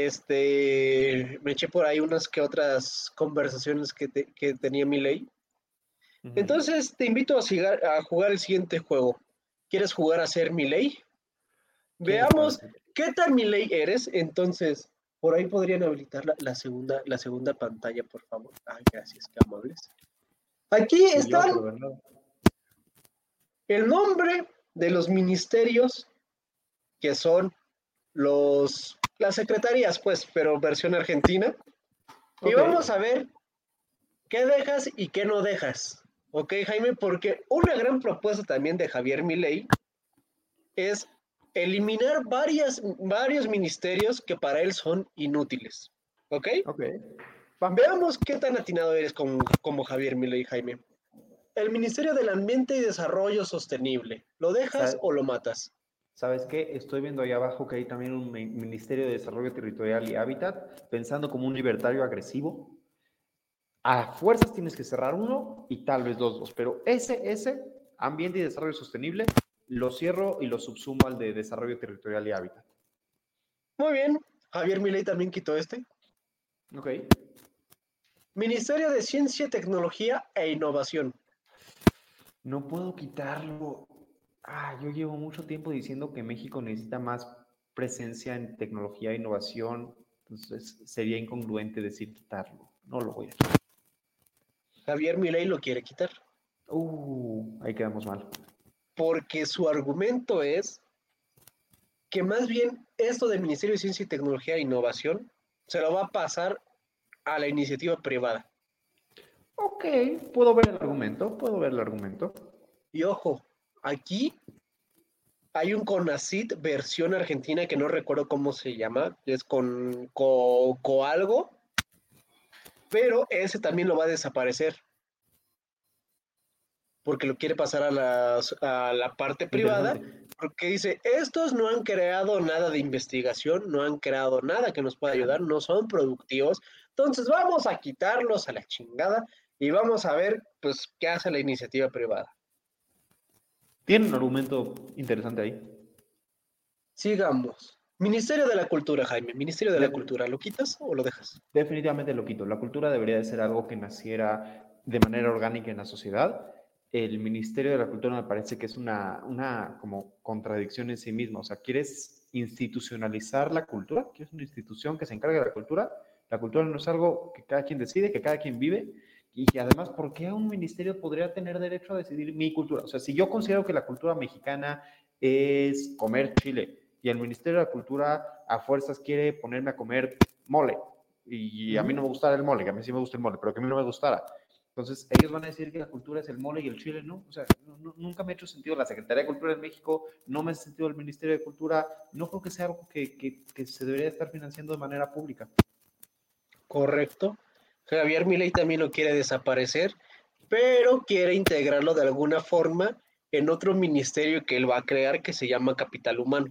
me eché por ahí unas que otras conversaciones que tenía Milei. Ujú. Entonces te invito a jugar el siguiente juego. ¿Quieres jugar a ser Milei? ¿Quieren jugar Veamos así? qué tan Milei eres. Entonces, por ahí podrían habilitar la segunda pantalla, por favor. Ay, gracias, qué amables. Aquí Fui yo, están pero de nada. el nombre de los ministerios que son las secretarías, pues, pero versión argentina. Y Ok. vamos a ver qué dejas y qué no dejas. ¿Ok, Jaime? Porque una gran propuesta también de Javier Milei es eliminar varios ministerios que para él son inútiles. ¿Ok? Ok. Va. Veamos qué tan atinado eres como Javier Milei, Jaime. El Ministerio del Ambiente y Desarrollo Sostenible. ¿Lo dejas ¿Sabes? o lo matas? ¿Sabes qué? Estoy viendo ahí abajo que hay también un Ministerio de Desarrollo Territorial y Hábitat, pensando como un libertario agresivo. A fuerzas tienes que cerrar uno y tal vez los dos, pero ese, Ambiente y Desarrollo Sostenible, lo cierro y lo subsumo al de Desarrollo Territorial y Hábitat. Muy bien. Javier Milei también quitó este. Ok. Ministerio de Ciencia, Tecnología e Innovación. No puedo quitarlo. Yo llevo mucho tiempo diciendo que México necesita más presencia en tecnología e innovación, entonces sería incongruente decir quitarlo. No lo voy a quitar. Javier Milei lo quiere quitar. Ahí quedamos mal. Porque su argumento es que más bien esto del Ministerio de Ciencia y Tecnología e Innovación se lo va a pasar a la iniciativa privada. Ok, puedo ver el argumento. Y ojo, aquí hay un CONACYT versión argentina que no recuerdo cómo se llama, es con algo, pero ese también lo va a desaparecer porque lo quiere pasar a la parte privada, Interesante. porque dice, estos no han creado nada de investigación, no han creado nada que nos pueda ayudar, no son productivos, entonces vamos a quitarlos a la chingada y vamos a ver, pues, qué hace la iniciativa privada. Tiene un argumento interesante ahí. Sigamos. Ministerio de la Cultura, Jaime, Ministerio de la De- Cultura, ¿lo quitas o lo dejas? definitivamente lo quito. La cultura debería de ser algo que naciera de manera orgánica en la sociedad. El Ministerio de la Cultura me parece que es una como contradicción en sí misma. O sea, ¿quieres institucionalizar la cultura? ¿Quieres una institución que se encargue de la cultura? La cultura no es algo que cada quien decide, que cada quien vive. Y además, ¿por qué un ministerio podría tener derecho a decidir mi cultura? O sea, si yo considero que la cultura mexicana es comer chile y el Ministerio de la Cultura a fuerzas quiere ponerme a comer mole, y a mí no me gustara el mole, que a mí sí me gusta el mole, pero que a mí no me gustara. Entonces, ellos van a decir que la cultura es el mole y el chile, ¿no? O sea, nunca me ha hecho sentido la Secretaría de Cultura en México, no me ha sentido el Ministerio de Cultura, no creo que sea algo que se debería estar financiando de manera pública. Correcto. Javier Milei también lo quiere desaparecer, pero quiere integrarlo de alguna forma en otro ministerio que él va a crear que se llama Capital Humano.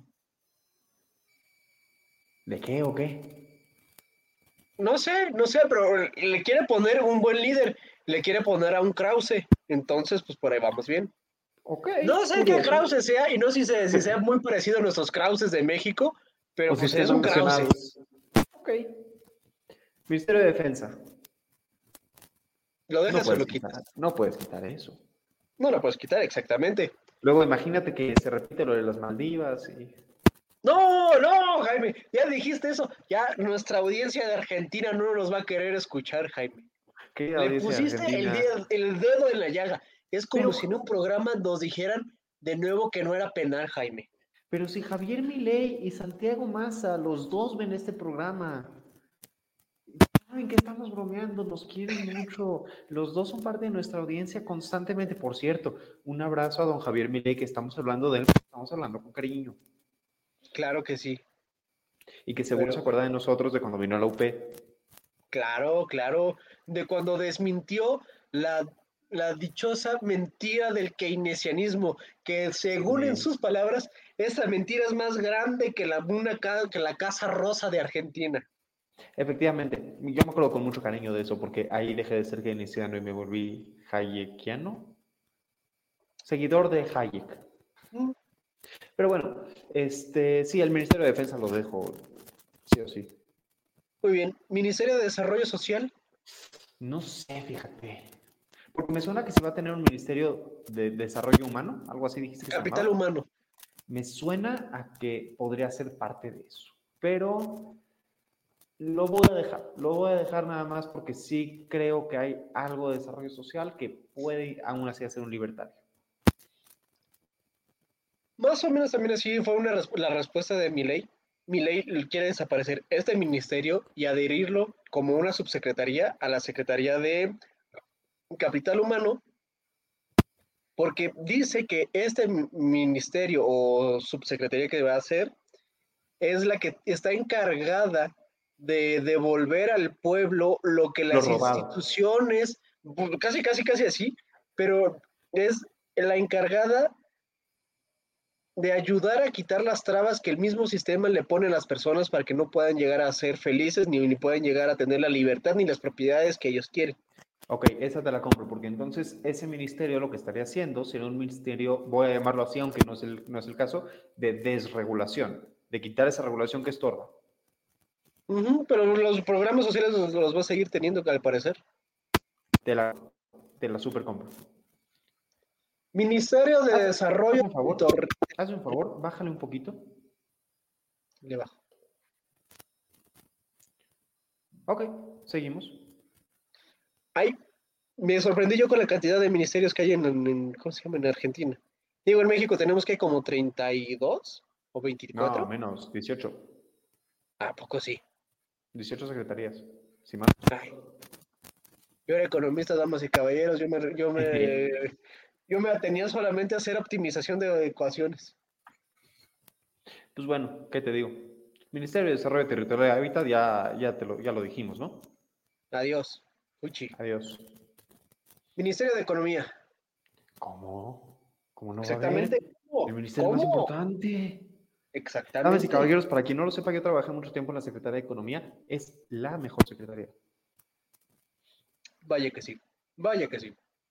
¿De qué o qué? No sé, pero le quiere poner un buen líder, le quiere poner a un Krause, entonces pues por ahí vamos bien. Ok, No sé qué curioso. Krause sea y no sé si sea muy parecido a nuestros Krauses de México, pero O si pues estén es un Krause. relacionados. Ok. Ministerio de Defensa. ¿Lo No dejas o puedes lo quitar, quitas? no puedes quitar eso. No lo puedes quitar, exactamente. Luego imagínate que se repite lo de las Maldivas y... No, Jaime, ya dijiste eso. Ya nuestra audiencia de Argentina no nos va a querer escuchar, Jaime. ¿Qué Le audiencia de pusiste Argentina? el dedo en la llaga. Es como si en un Pero, programa nos dijeran de nuevo que no era penal, Jaime. pero si Javier Milei y Santiago Massa, los dos ven este programa, saben que estamos bromeando, nos quieren mucho, los dos son parte de nuestra audiencia constantemente. Por cierto, un abrazo a don Javier Milei, que estamos hablando de él, estamos hablando con cariño, Claro que sí. y que seguro se Pero, acuerda de nosotros de cuando vino a la UP. claro. De cuando desmintió la, la dichosa mentira del keynesianismo, que según en Sí. sus palabras, esa mentira es más grande que que la Casa Rosa de Argentina. Efectivamente, yo me acuerdo con mucho cariño de eso, porque ahí dejé de ser keynesiano y me volví hayekiano, seguidor de Hayek. Mm, Pero bueno, sí, el Ministerio de Defensa lo dejo, sí o sí. Muy bien. Ministerio de Desarrollo Social. No sé, fíjate. Porque me suena que se va a tener un Ministerio de Desarrollo Humano, algo así dijiste que se Capital llamaba. Humano. Me suena a que podría ser parte de eso. Pero lo voy a dejar nada más porque sí creo que hay algo de desarrollo social que puede aún así hacer un libertario. Más o menos también así fue la respuesta de Milei. Milei quiere desaparecer este ministerio y adherirlo como una subsecretaría a la Secretaría de Capital Humano, porque dice que este ministerio o subsecretaría que va a hacer es la que está encargada de devolver al pueblo lo que Lo las robado. instituciones, casi así, pero es la encargada de ayudar a quitar las trabas que el mismo sistema le pone a las personas para que no puedan llegar a ser felices, ni puedan llegar a tener la libertad ni las propiedades que ellos quieren. Ok, esa te la compro, porque entonces ese ministerio lo que estaría haciendo sería un ministerio, voy a llamarlo así, aunque no es el caso, de desregulación, de quitar esa regulación que estorba. Pero los programas sociales los va a seguir teniendo, al parecer. Te la, te la super compro. Ministerio de Desarrollo. Hazme un favor, bájale un poquito. Le bajo. Ok, seguimos. Ay, me sorprendí yo con la cantidad de ministerios que hay ¿cómo se llama? En Argentina. Digo, en México tenemos que como 32 o 24. No, menos, 18. ¿A poco sí? 18 secretarías. Si mal. Ay, yo era economista, damas y caballeros, yo me atenía solamente a hacer optimización de ecuaciones. Pues bueno, ¿qué te digo? Ministerio de Desarrollo Territorial y Hábitat, ya lo dijimos, ¿no? Adiós. Uchi. Adiós. Ministerio de Economía. ¿Cómo? ¿Cómo no va a Exactamente. haber? El ministerio más importante. Exactamente. Damas y caballeros, para quien no lo sepa, yo trabajé mucho tiempo en la Secretaría de Economía. Es la mejor secretaría. Vaya que sí. Vaya que sí.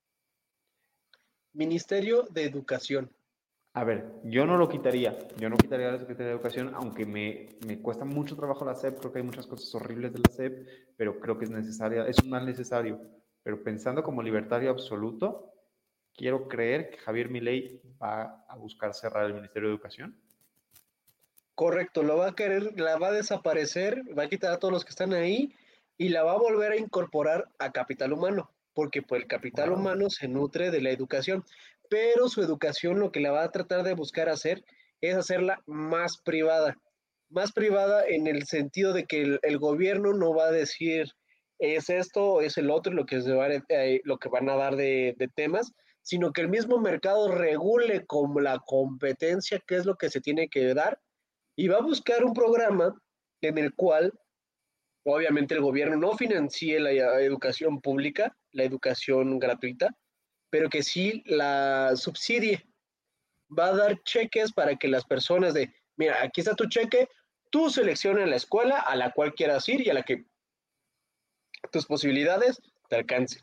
Ministerio de Educación. A ver, yo no lo quitaría. Yo no quitaría la Secretaría de Educación, aunque me cuesta mucho trabajo la SEP. Creo que hay muchas cosas horribles de la SEP, pero creo que es necesaria. Es un mal necesario. Pero pensando como libertario absoluto, quiero creer que Javier Milei va a buscar cerrar el Ministerio de Educación. Correcto, lo va a querer, la va a desaparecer, va a quitar a todos los que están ahí y la va a volver a incorporar a capital humano, porque pues el capital humano se nutre de la educación, pero su educación lo que la va a tratar de buscar hacer es hacerla más privada en el sentido de que el gobierno no va a decir es esto o es el otro lo que, lo que van a dar de temas, sino que el mismo mercado regule como la competencia, qué es lo que se tiene que dar y va a buscar un programa en el cual obviamente el gobierno no financie la educación pública, la educación gratuita, pero que sí la subsidie. Va a dar cheques para que las personas mira, aquí está tu cheque, tú selecciona la escuela a la cual quieras ir y a la que tus posibilidades te alcancen.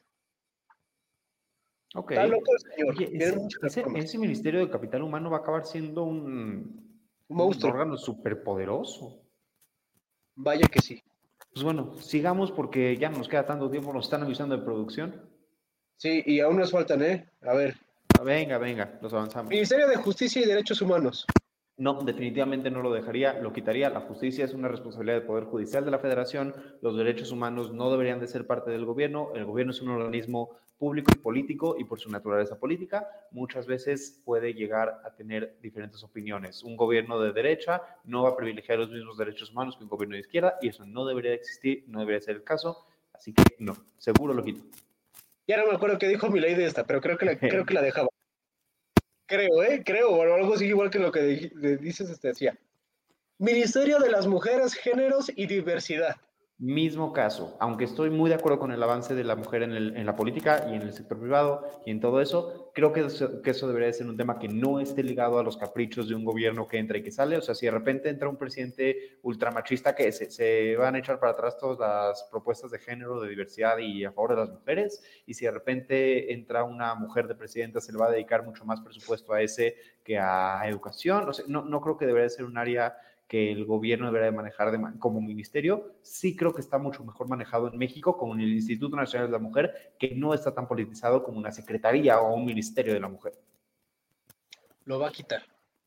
Ok. Está loco el señor. Oye, ese Ministerio de Capital Humano va a acabar siendo un monstruo. órgano superpoderoso. Vaya que sí. Pues bueno, sigamos porque ya no nos queda tanto tiempo, nos están avisando de producción. Sí, y aún nos faltan, ¿eh? A ver. Venga, los avanzamos. Ministerio de Justicia y Derechos Humanos. No, definitivamente no lo dejaría, lo quitaría. La justicia es una responsabilidad del Poder Judicial de la Federación. Los derechos humanos no deberían de ser parte del gobierno. El gobierno es un organismo público y político y por su naturaleza política muchas veces puede llegar a tener diferentes opiniones. Un gobierno de derecha no va a privilegiar los mismos derechos humanos que un gobierno de izquierda y eso no debería existir, no debería ser el caso. Así que no, seguro lo quito. Ya no me acuerdo qué dijo mi ley de esta, pero creo que la dejaba. Creo, o algo así igual que lo que dices, decía. Ministerio de las Mujeres, Géneros y Diversidad. Mismo caso, aunque estoy muy de acuerdo con el avance de la mujer en la política y en el sector privado y en todo eso, creo que eso debería de ser un tema que no esté ligado a los caprichos de un gobierno que entra y que sale. O sea, si de repente entra un presidente ultramachista que se van a echar para atrás todas las propuestas de género, de diversidad y a favor de las mujeres, y si de repente entra una mujer de presidenta, se le va a dedicar mucho más presupuesto a ese que a educación. O sea, no creo que debería de ser un área que el gobierno debería de manejar como ministerio. Sí creo que está mucho mejor manejado en México como en el Instituto Nacional de la Mujer, que no está tan politizado como una secretaría o un ministerio de la mujer. Lo va a quitar.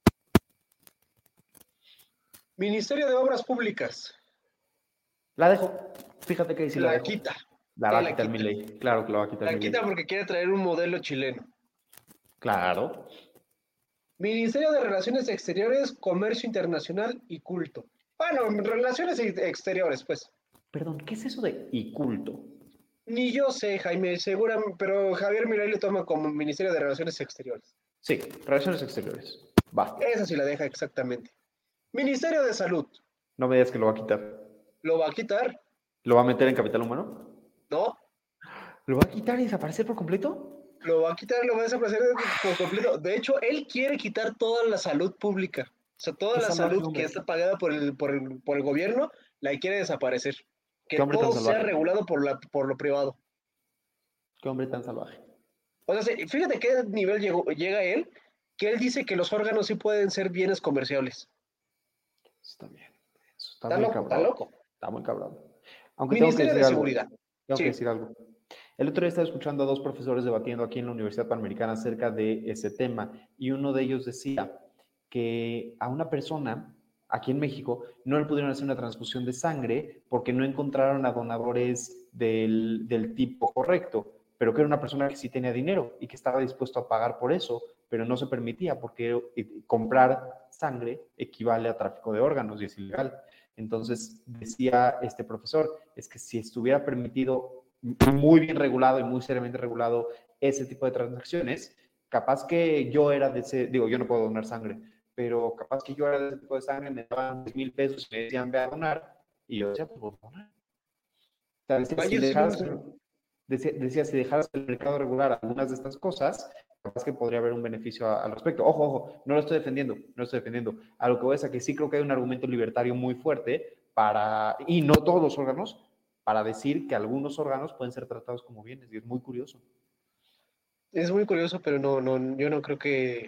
Ministerio de Obras Públicas. La dejo. Fíjate que si la dejo. Quita. La va a quitar mi ley. Claro que la va a quitar mi ley. La quita porque quiere traer un modelo chileno. Claro. Ministerio de Relaciones Exteriores, Comercio Internacional y Culto. Bueno, Relaciones Exteriores, pues. Perdón, ¿qué es eso de inculto? Ni yo sé, Jaime, seguramente, pero Javier Milei le toma como Ministerio de Relaciones Exteriores. Sí, relaciones exteriores. Va. Esa sí la deja exactamente. Ministerio de Salud. No me digas que lo va a quitar. ¿Lo va a quitar? ¿Lo va a meter en capital humano? No. ¿Lo va a quitar y desaparecer por completo? Lo va a quitar, lo va a desaparecer por completo. De hecho, él quiere quitar toda la salud pública. O sea, toda la salud que está pagada por el gobierno, la quiere desaparecer. Que todo sea regulado por lo privado. Qué hombre tan salvaje. O sea, fíjate qué nivel llega él, que él dice que los órganos sí pueden ser bienes comerciables. Está bien. Está muy loco, cabrón. está loco. Está muy cabrón. Aunque Ministerio tengo que decir de algo. Seguridad. Tengo que decir algo. El otro día estaba escuchando a dos profesores debatiendo aquí en la Universidad Panamericana acerca de ese tema y uno de ellos decía que a una persona aquí en México no le pudieron hacer una transfusión de sangre porque no encontraron a donadores del tipo correcto, pero que era una persona que sí tenía dinero y que estaba dispuesto a pagar por eso, pero no se permitía porque comprar sangre equivale a tráfico de órganos y es ilegal. Entonces decía este profesor, es que si estuviera permitido muy bien regulado y muy seriamente regulado ese tipo de transacciones, capaz que yo era de ese, digo, yo no puedo donar sangre, pero capaz que yo era de ese tipo de sangre, me daban 10,000 pesos y me decían, ve a donar, y yo decía, pues voy a donar. O sea, decía, si dejaras el mercado regular algunas de estas cosas, capaz que podría haber un beneficio al respecto. Ojo, no lo estoy defendiendo, A lo que voy es a que sí creo que hay un argumento libertario muy fuerte para, y no todos los órganos, para decir que algunos órganos pueden ser tratados como bienes, y es muy curioso. Es muy curioso, pero no, yo no creo que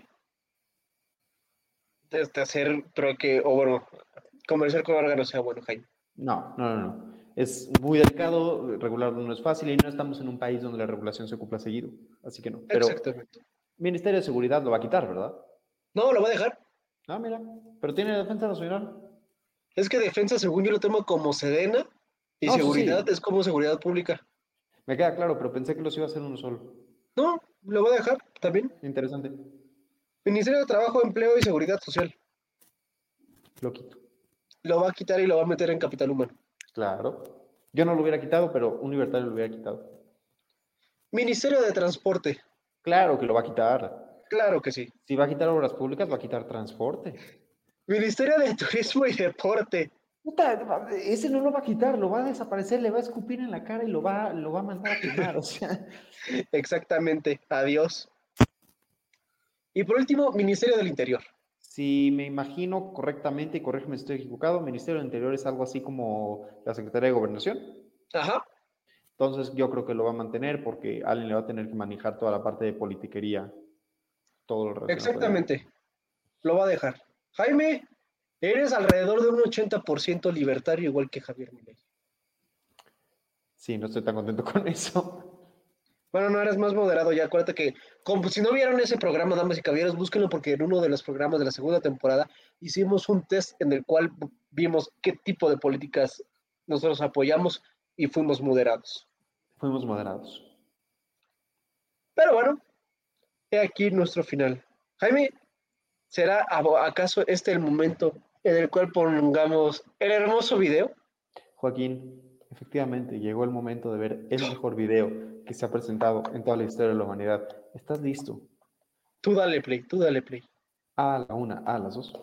hacer troque, o bueno, comerciar con órganos sea bueno, Jaime. No. Es muy delicado, regularlo no es fácil y no estamos en un país donde la regulación se cumpla seguido, así que no. Pero exactamente. Ministerio de Seguridad lo va a quitar, ¿verdad? No, lo va a dejar. Ah, mira, pero tiene Defensa Nacional. Es que defensa, según yo lo tomo como Sedena, y seguridad sí. Es como seguridad pública. Me queda claro, pero pensé que los iba a hacer uno solo. No, lo va a dejar también. Interesante. Ministerio de Trabajo, Empleo y Seguridad Social. Lo quito. Lo va a quitar y lo va a meter en capital humano. Claro. Yo no lo hubiera quitado, pero un libertario lo hubiera quitado. Ministerio de Transporte. Claro que lo va a quitar. Claro que sí. Si va a quitar obras públicas, va a quitar transporte. Ministerio de Turismo y Deporte. Puta, ese no lo va a quitar, lo va a desaparecer, le va a escupir en la cara y lo va a mandar a quemar, o sea. Exactamente, adiós. Y por último, Ministerio del Interior. Si me imagino correctamente, y corrígeme si estoy equivocado, Ministerio del Interior es algo así como la Secretaría de Gobernación. Ajá. Entonces yo creo que lo va a mantener porque alguien le va a tener que manejar toda la parte de politiquería, todo lo relacionado. Exactamente, lo va a dejar. Jaime, eres alrededor de un 80% libertario, igual que Javier Milei. Sí, no estoy tan contento con eso. Bueno, no, eres más moderado ya. Acuérdate que, como si no vieron ese programa, damas y caballeros, búsquenlo porque en uno de los programas de la segunda temporada hicimos un test en el cual vimos qué tipo de políticas nosotros apoyamos y fuimos moderados. Fuimos moderados. Pero bueno, he aquí nuestro final. Jaime, ¿será acaso este el momento en el cual pongamos el hermoso video? Joaquín, efectivamente, llegó el momento de ver el mejor video que se ha presentado en toda la historia de la humanidad. ¿Estás listo? Tú dale play, tú dale play. A la una, a las dos.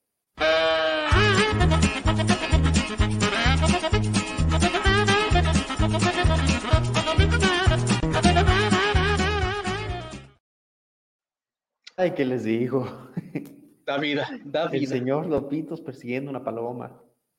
Ay, ¿qué les digo? Da vida, da vida. El señor Lopitos persiguiendo una paloma.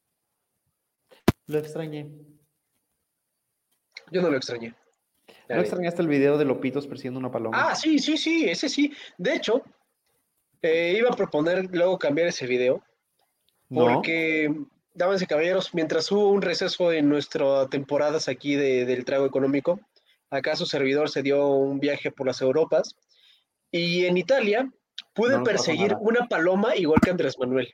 Lo extrañé. Yo no lo extrañé. ¿No extrañaste el video de Lopitos persiguiendo una paloma? Ah, sí, ese sí. De hecho, iba a proponer luego cambiar ese video. Porque, damas y caballeros, mientras hubo un receso en nuestras temporadas aquí del trago económico, acá su servidor se dio un viaje por las Europas. Y en Italia pude perseguir una paloma igual que Andrés Manuel.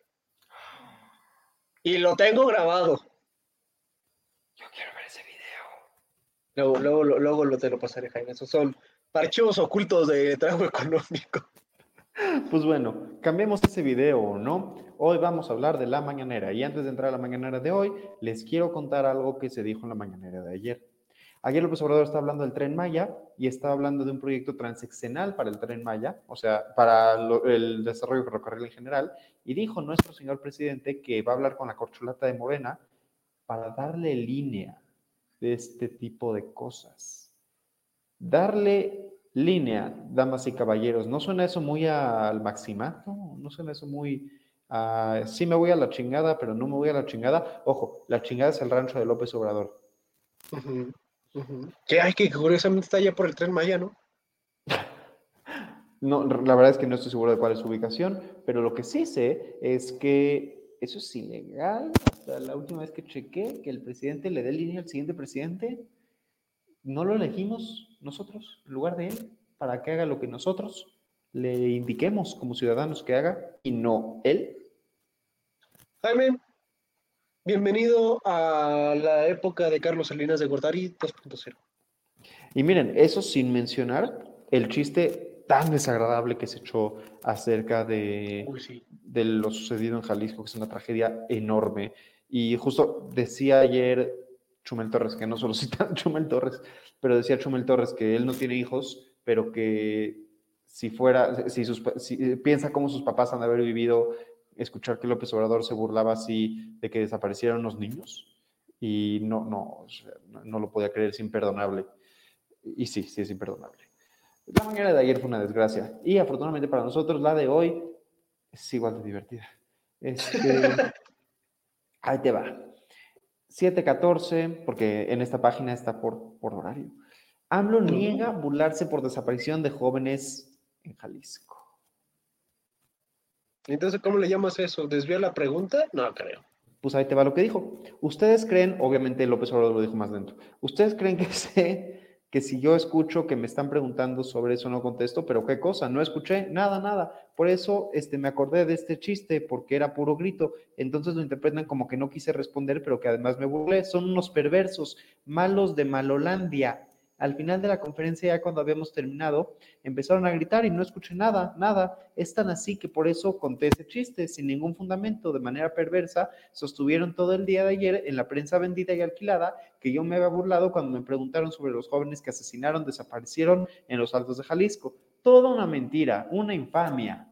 Y lo tengo grabado. Yo quiero ver ese video. Luego te lo pasaré, Jaime. Esos son archivos ocultos de trago económico. Pues bueno, cambiemos ese video, ¿no? Hoy vamos a hablar de la mañanera y antes de entrar a la mañanera de hoy, les quiero contar algo que se dijo en la mañanera de ayer. Ayer López Obrador estaba hablando del Tren Maya y estaba hablando de un proyecto transeccional para el Tren Maya, o sea, para el desarrollo ferrocarril en general, y dijo nuestro señor presidente que va a hablar con la corcholata de Morena para darle línea de este tipo de cosas. Darle línea, damas y caballeros, ¿no suena eso muy al maximato? ¿No suena eso muy sí me voy a la chingada, pero no me voy a la chingada? Ojo, la chingada es el rancho de López Obrador. Ujú, ujú. Que curiosamente está allá por el Tren Maya, ¿no? No, la verdad es que no estoy seguro de cuál es su ubicación, pero lo que sí sé es que eso es ilegal. Hasta la última vez que chequé, que el presidente le dé línea al siguiente presidente, no lo elegimos nosotros en lugar de él para que haga lo que nosotros le indiquemos como ciudadanos que haga y no él. Jaime, bienvenido a la época de Carlos Salinas de Gortari 2.0. Y miren, eso sin mencionar el chiste tan desagradable que se echó acerca Uy, sí. de lo sucedido en Jalisco, que es una tragedia enorme. Y justo decía ayer Chumel Torres, que no solo cita Chumel Torres, pero decía Chumel Torres que él no tiene hijos, pero que si fuera, si piensa cómo sus papás han de haber vivido, escuchar que López Obrador se burlaba así de que desaparecieron los niños, y o sea, no lo podía creer, es imperdonable. Y sí, sí es imperdonable. La mañana de ayer fue una desgracia. Y afortunadamente para nosotros, la de hoy es igual de divertida. Ahí te va. 7:14, porque en esta página está por horario. AMLO niega burlarse por desaparición de jóvenes en Jalisco. Entonces, ¿cómo le llamas eso? ¿Desviar la pregunta? No creo. Pues ahí te va lo que dijo. Ustedes creen, obviamente López Obrador lo dijo más lento, ustedes creen que sé que si yo escucho que me están preguntando sobre eso no contesto, pero qué cosa, no escuché nada. Por eso me acordé de este chiste porque era puro grito. Entonces lo interpretan como que no quise responder, pero que además me burlé. Son unos perversos, malos de Malolandia. Al final de la conferencia, ya cuando habíamos terminado, empezaron a gritar y no escuché nada. Es tan así que por eso conté ese chiste, sin ningún fundamento, de manera perversa. Sostuvieron todo el día de ayer en la prensa vendida y alquilada que yo me había burlado cuando me preguntaron sobre los jóvenes que desaparecieron en los Altos de Jalisco. Toda una mentira, una infamia.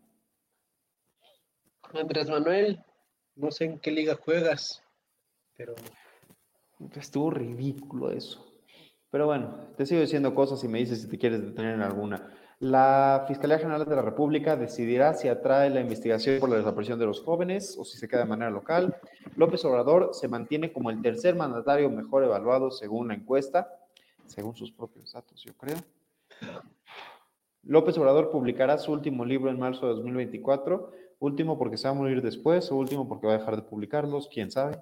Andrés Manuel, no sé en qué liga juegas, pero... Estuvo ridículo eso. Pero bueno, te sigo diciendo cosas y me dices si te quieres detener en alguna. La Fiscalía General de la República decidirá si atrae la investigación por la desaparición de los jóvenes o si se queda de manera local. López Obrador se mantiene como el tercer mandatario mejor evaluado según la encuesta, según sus propios datos, yo creo. López Obrador publicará su último libro en marzo de 2024. Último porque se va a morir después o último porque va a dejar de publicarlos, quién sabe.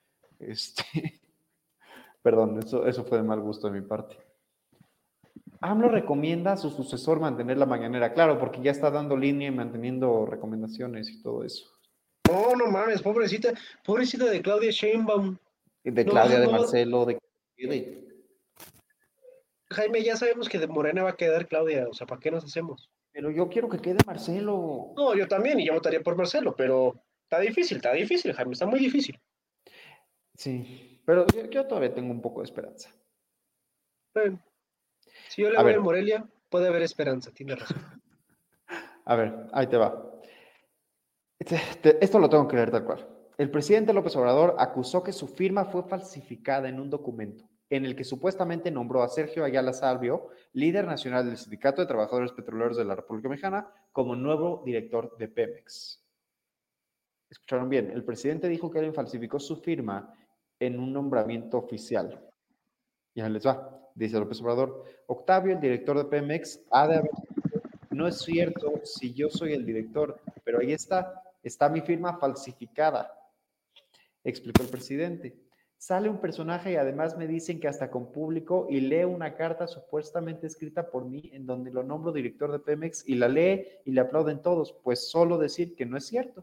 Perdón, eso fue de mal gusto de mi parte. AMLO recomienda a su sucesor mantener la mañanera, claro, porque ya está dando línea y manteniendo recomendaciones y todo eso. No mames, pobrecita de Claudia Sheinbaum. De Claudia, de Marcelo, de... Jaime, ya sabemos que de Morena va a quedar Claudia, o sea, ¿para qué nos hacemos? Pero yo quiero que quede Marcelo. No, yo también, y yo votaría por Marcelo, pero está difícil, Jaime, está muy difícil. Sí, pero yo todavía tengo un poco de esperanza. Bueno, si yo le voy a Morelia, puede haber esperanza, tiene razón. A ver, ahí te va. Esto lo tengo que leer tal cual. El presidente López Obrador acusó que su firma fue falsificada en un documento en el que supuestamente nombró a Sergio Ayala Salvio, líder nacional del Sindicato de Trabajadores Petroleros de la República Mexicana, como nuevo director de Pemex. Escucharon bien, el presidente dijo que él falsificó su firma en un nombramiento oficial. Ya les va, dice López Obrador. Octavio, el director de Pemex, ha de haber... No es cierto si yo soy el director, pero ahí está mi firma falsificada, explicó el presidente. Sale un personaje y además me dicen que hasta con público y lee una carta supuestamente escrita por mí en donde lo nombro director de Pemex y la lee y le aplauden todos, pues solo decir que no es cierto.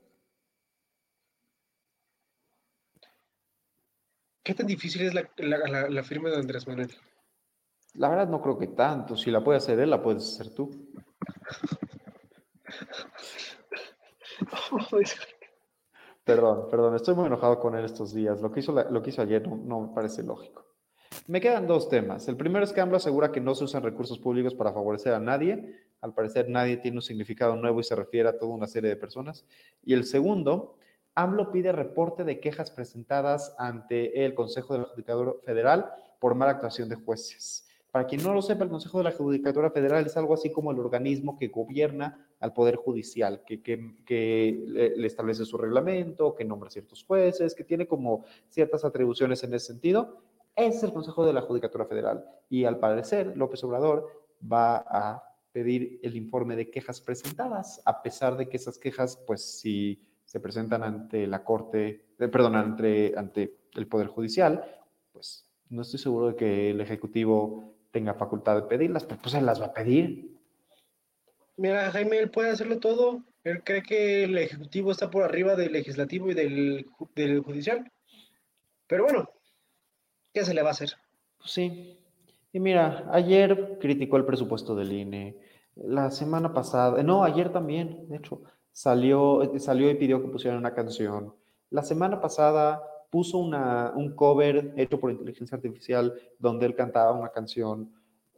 ¿Qué tan difícil es la firma de Andrés Manuel? La verdad no creo que tanto. Si la puede hacer él, la puedes hacer tú. Perdón, estoy muy enojado con él estos días. Lo que hizo ayer no me parece lógico. Me quedan dos temas. El primero es que AMLO asegura que no se usan recursos públicos para favorecer a nadie. Al parecer, nadie tiene un significado nuevo y se refiere a toda una serie de personas. Y el segundo, AMLO pide reporte de quejas presentadas ante el Consejo de la Judicatura Federal por mala actuación de jueces. Para quien no lo sepa, el Consejo de la Judicatura Federal es algo así como el organismo que gobierna al Poder Judicial, que le establece su reglamento, que nombra ciertos jueces, que tiene como ciertas atribuciones en ese sentido. Es el Consejo de la Judicatura Federal. Y al parecer, López Obrador va a pedir el informe de quejas presentadas, a pesar de que esas quejas, pues, si se presentan ante la Corte, ante el Poder Judicial, pues, no estoy seguro de que el Ejecutivo tenga facultad de pedirlas, pero pues él las va a pedir. Mira, Jaime, él puede hacerlo todo. Él cree que el Ejecutivo está por arriba del Legislativo y del Judicial. Pero bueno, ¿qué se le va a hacer? Pues sí. Y mira, ayer criticó el presupuesto del INE. La semana pasada, ayer también, de hecho, salió y pidió que pusieran una canción. La semana pasada puso un cover hecho por inteligencia artificial donde él cantaba una canción.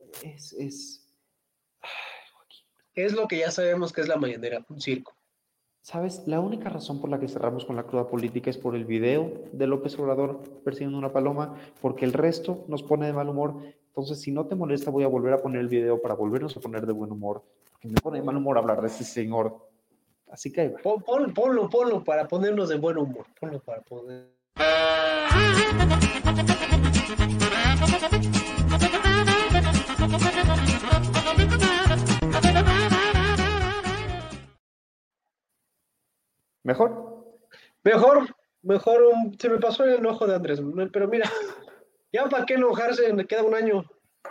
Es lo que ya sabemos que es la mañanera, un circo. ¿Sabes? La única razón por la que cerramos con la cruda política es por el video de López Obrador persiguiendo una paloma, porque el resto nos pone de mal humor. Entonces, si no te molesta, voy a volver a poner el video para volvernos a poner de buen humor, porque me pone de mal humor hablar de este señor. Así que ahí va. Ponlo para ponernos de buen humor. Ponlo para poner... Mejor, se me pasó el enojo de Andrés Manuel, pero mira, ya para qué enojarse, le queda un año.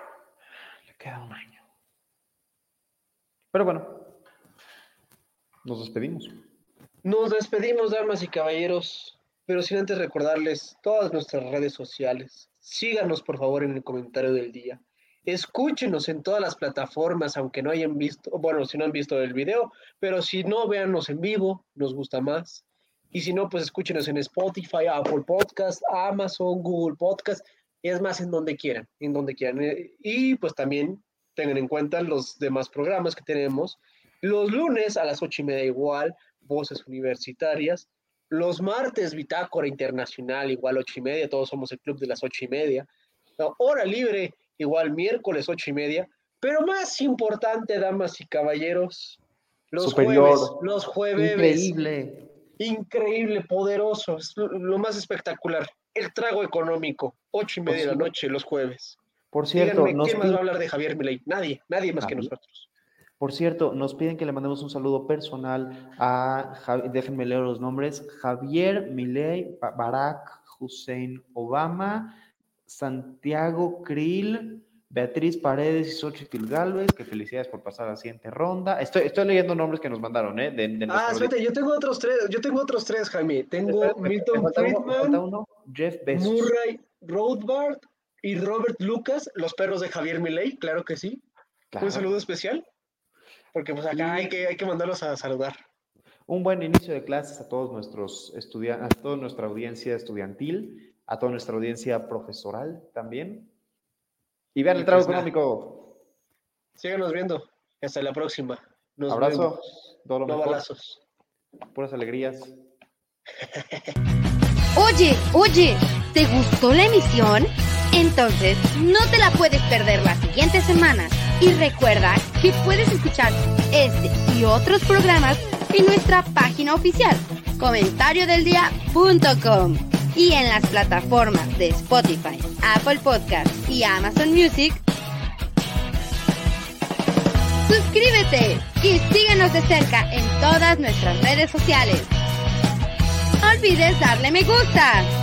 Pero bueno, nos despedimos. Nos despedimos, damas y caballeros, pero sin antes recordarles todas nuestras redes sociales. Síganos, por favor, en el comentario del día. Escúchenos en todas las plataformas, aunque no hayan visto, bueno, si no han visto el video, pero si no, véannos en vivo, nos gusta más. Y si no, pues escúchenos en Spotify, Apple Podcast, Amazon, Google Podcast, y es más, en donde quieran. Y pues también tengan en cuenta los demás programas que tenemos. Los lunes a las 8:30 igual, Voces Universitarias. Los martes, Bitácora Internacional, igual 8:30, todos somos el club de las 8:30. Hora libre, igual miércoles 8:30. Pero más importante, damas y caballeros, los jueves. Increíble, poderoso, es lo más espectacular. El trago económico, 8:30 de la noche, los jueves. Por cierto, díganme, ¿quién más va a hablar de Javier Milei? Nadie más que nosotros. Por cierto, nos piden que le mandemos un saludo personal déjenme leer los nombres: Javier Milei, Barack Hussein Obama, Santiago Krill, Beatriz Paredes y Xochitl Gálvez, que felicidades por pasar a la siguiente ronda. Estoy leyendo nombres que nos mandaron, espérate, yo tengo otros tres, Jaime. Tengo Milton Friedman, Jeff Bezos, Murray Rothbard y Robert Lucas, los perros de Javier Milei, claro que sí. Claro. Un saludo especial, porque pues acá hay que mandarlos a saludar. Un buen inicio de clases a todos nuestros estudiantes, a toda nuestra audiencia estudiantil, a toda nuestra audiencia profesoral también. Y vean el trago económico. Síganos viendo. Hasta la próxima. Abrazo. Todo lo mejor. Balazos. Puras alegrías. Oye, ¿te gustó la emisión? Entonces, no te la puedes perder la siguiente semana. Y recuerda que puedes escuchar este y otros programas en nuestra página oficial, comentariodeldia.com. Y en las plataformas de Spotify, Apple Podcasts y Amazon Music. Suscríbete y síguenos de cerca en todas nuestras redes sociales. No olvides darle me gusta.